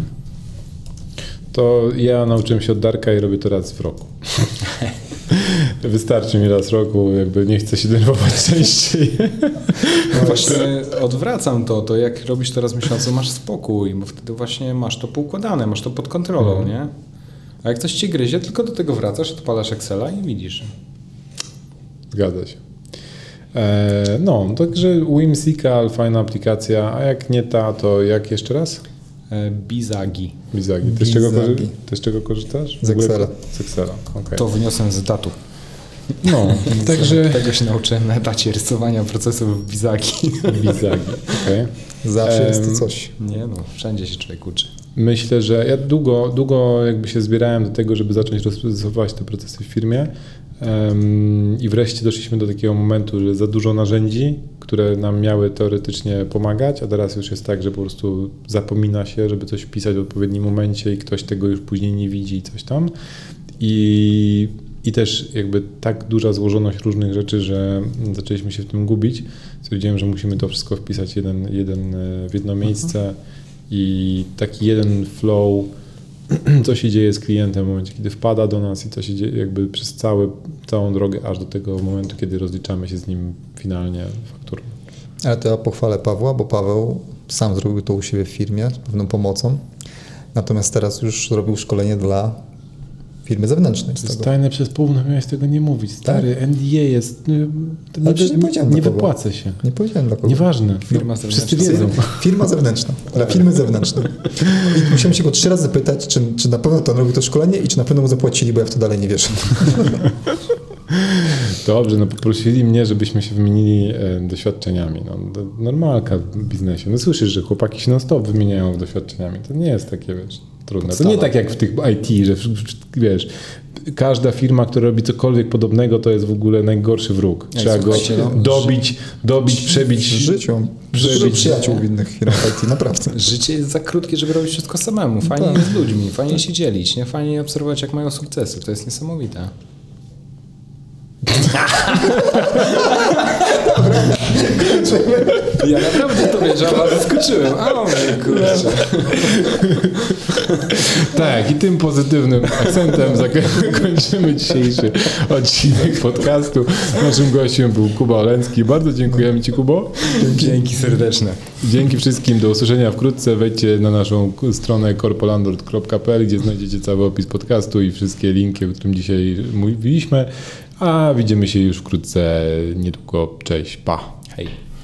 Speaker 1: To ja nauczyłem się od Darka i robię to raz w roku. Wystarczy mi raz w roku, jakby nie chcę się denerwować częściej.
Speaker 3: No właśnie odwracam to, to jak robisz to raz w miesiącu, masz spokój, bo wtedy właśnie masz to poukładane, masz to pod kontrolą, mhm. nie? A jak coś ci gryzie, tylko do tego wracasz, odpalasz Excela i widzisz.
Speaker 1: Zgadza się. E, no, także Whimsical, fajna aplikacja, a jak nie ta, to jak jeszcze raz?
Speaker 3: E, Bizagi.
Speaker 1: Bizagi. Ty z czego, korzy- ty z czego korzystasz?
Speaker 2: Z Excela.
Speaker 1: Z Excela, okay.
Speaker 3: To wyniosłem z etatu.
Speaker 1: No, także...
Speaker 3: Tego się nauczyłem na etacie rysowania procesów w Bizagi.
Speaker 1: Bizagi, okej. Okay.
Speaker 2: Zawsze um, jest to coś.
Speaker 3: Nie no, wszędzie się człowiek uczy.
Speaker 1: Myślę, że ja długo, długo jakby się zbierałem do tego, żeby zacząć rozpracować te procesy w firmie um, i wreszcie doszliśmy do takiego momentu, że za dużo narzędzi, które nam miały teoretycznie pomagać, a teraz już jest tak, że po prostu zapomina się, żeby coś wpisać w odpowiednim momencie i ktoś tego już później nie widzi i coś tam. I, i też jakby tak duża złożoność różnych rzeczy, że zaczęliśmy się w tym gubić. Stwierdziłem, że musimy to wszystko wpisać jeden, jeden w jedno miejsce. Mhm. I taki jeden flow, co się dzieje z klientem w momencie, kiedy wpada do nas i co się dzieje jakby przez cały, całą drogę, aż do tego momentu, kiedy rozliczamy się z nim finalnie fakturą.
Speaker 2: Ale to ja pochwalę Pawła, bo Paweł sam zrobił to u siebie w firmie z pewną pomocą. Natomiast teraz już zrobił szkolenie dla firmy zewnętrznej.
Speaker 1: To jest tajne przez pół, no miałeś tego nie mówić. Stary, tak? N D A jest... Nie,
Speaker 2: nie,
Speaker 1: nie wypłacę się.
Speaker 2: Nie powiedziałem dla kogo.
Speaker 1: Nieważne.
Speaker 3: Firma
Speaker 1: no,
Speaker 3: zewnętrzna.
Speaker 1: Wszyscy wiedzą.
Speaker 2: Firma zewnętrzna. Dla firmy zewnętrznej. I musiałem się go trzy razy pytać, czy, czy na pewno to on robi to szkolenie i czy na pewno mu zapłacili, bo ja w to dalej nie wierzę.
Speaker 1: Dobrze, no poprosili mnie, żebyśmy się wymienili e, doświadczeniami. No, normalka w biznesie. No słyszysz, że chłopaki się non stop wymieniają doświadczeniami. To nie jest takie, wiesz, trudne. To nie tak jak w tych I T, że wiesz, każda firma, która robi cokolwiek podobnego, to jest w ogóle najgorszy wróg. Trzeba go dobić, dobić, przebić.
Speaker 2: W życiu. Przebić przyjaciół w innych firmach I T, naprawdę.
Speaker 3: Życie jest za krótkie, żeby robić wszystko samemu. Fajnie tak. jest z ludźmi, fajnie tak. się dzielić, nie? Fajnie obserwować, jak mają sukcesy. To jest niesamowite. Ja naprawdę to wiedziałem, a zaskoczyłem. A my kurczę.
Speaker 1: Tak, i tym pozytywnym akcentem kończymy dzisiejszy odcinek podcastu. Naszym gościem był Kuba Oleński. Bardzo dziękujemy Ci, Kubo.
Speaker 3: Dzięki serdeczne.
Speaker 1: Dzięki wszystkim. Do usłyszenia wkrótce. Wejdźcie na naszą stronę korpolandlord kropka p l, gdzie znajdziecie cały opis podcastu i wszystkie linki, o którym dzisiaj mówiliśmy. A widzimy się już wkrótce, niedługo. Cześć, pa.
Speaker 3: Hej.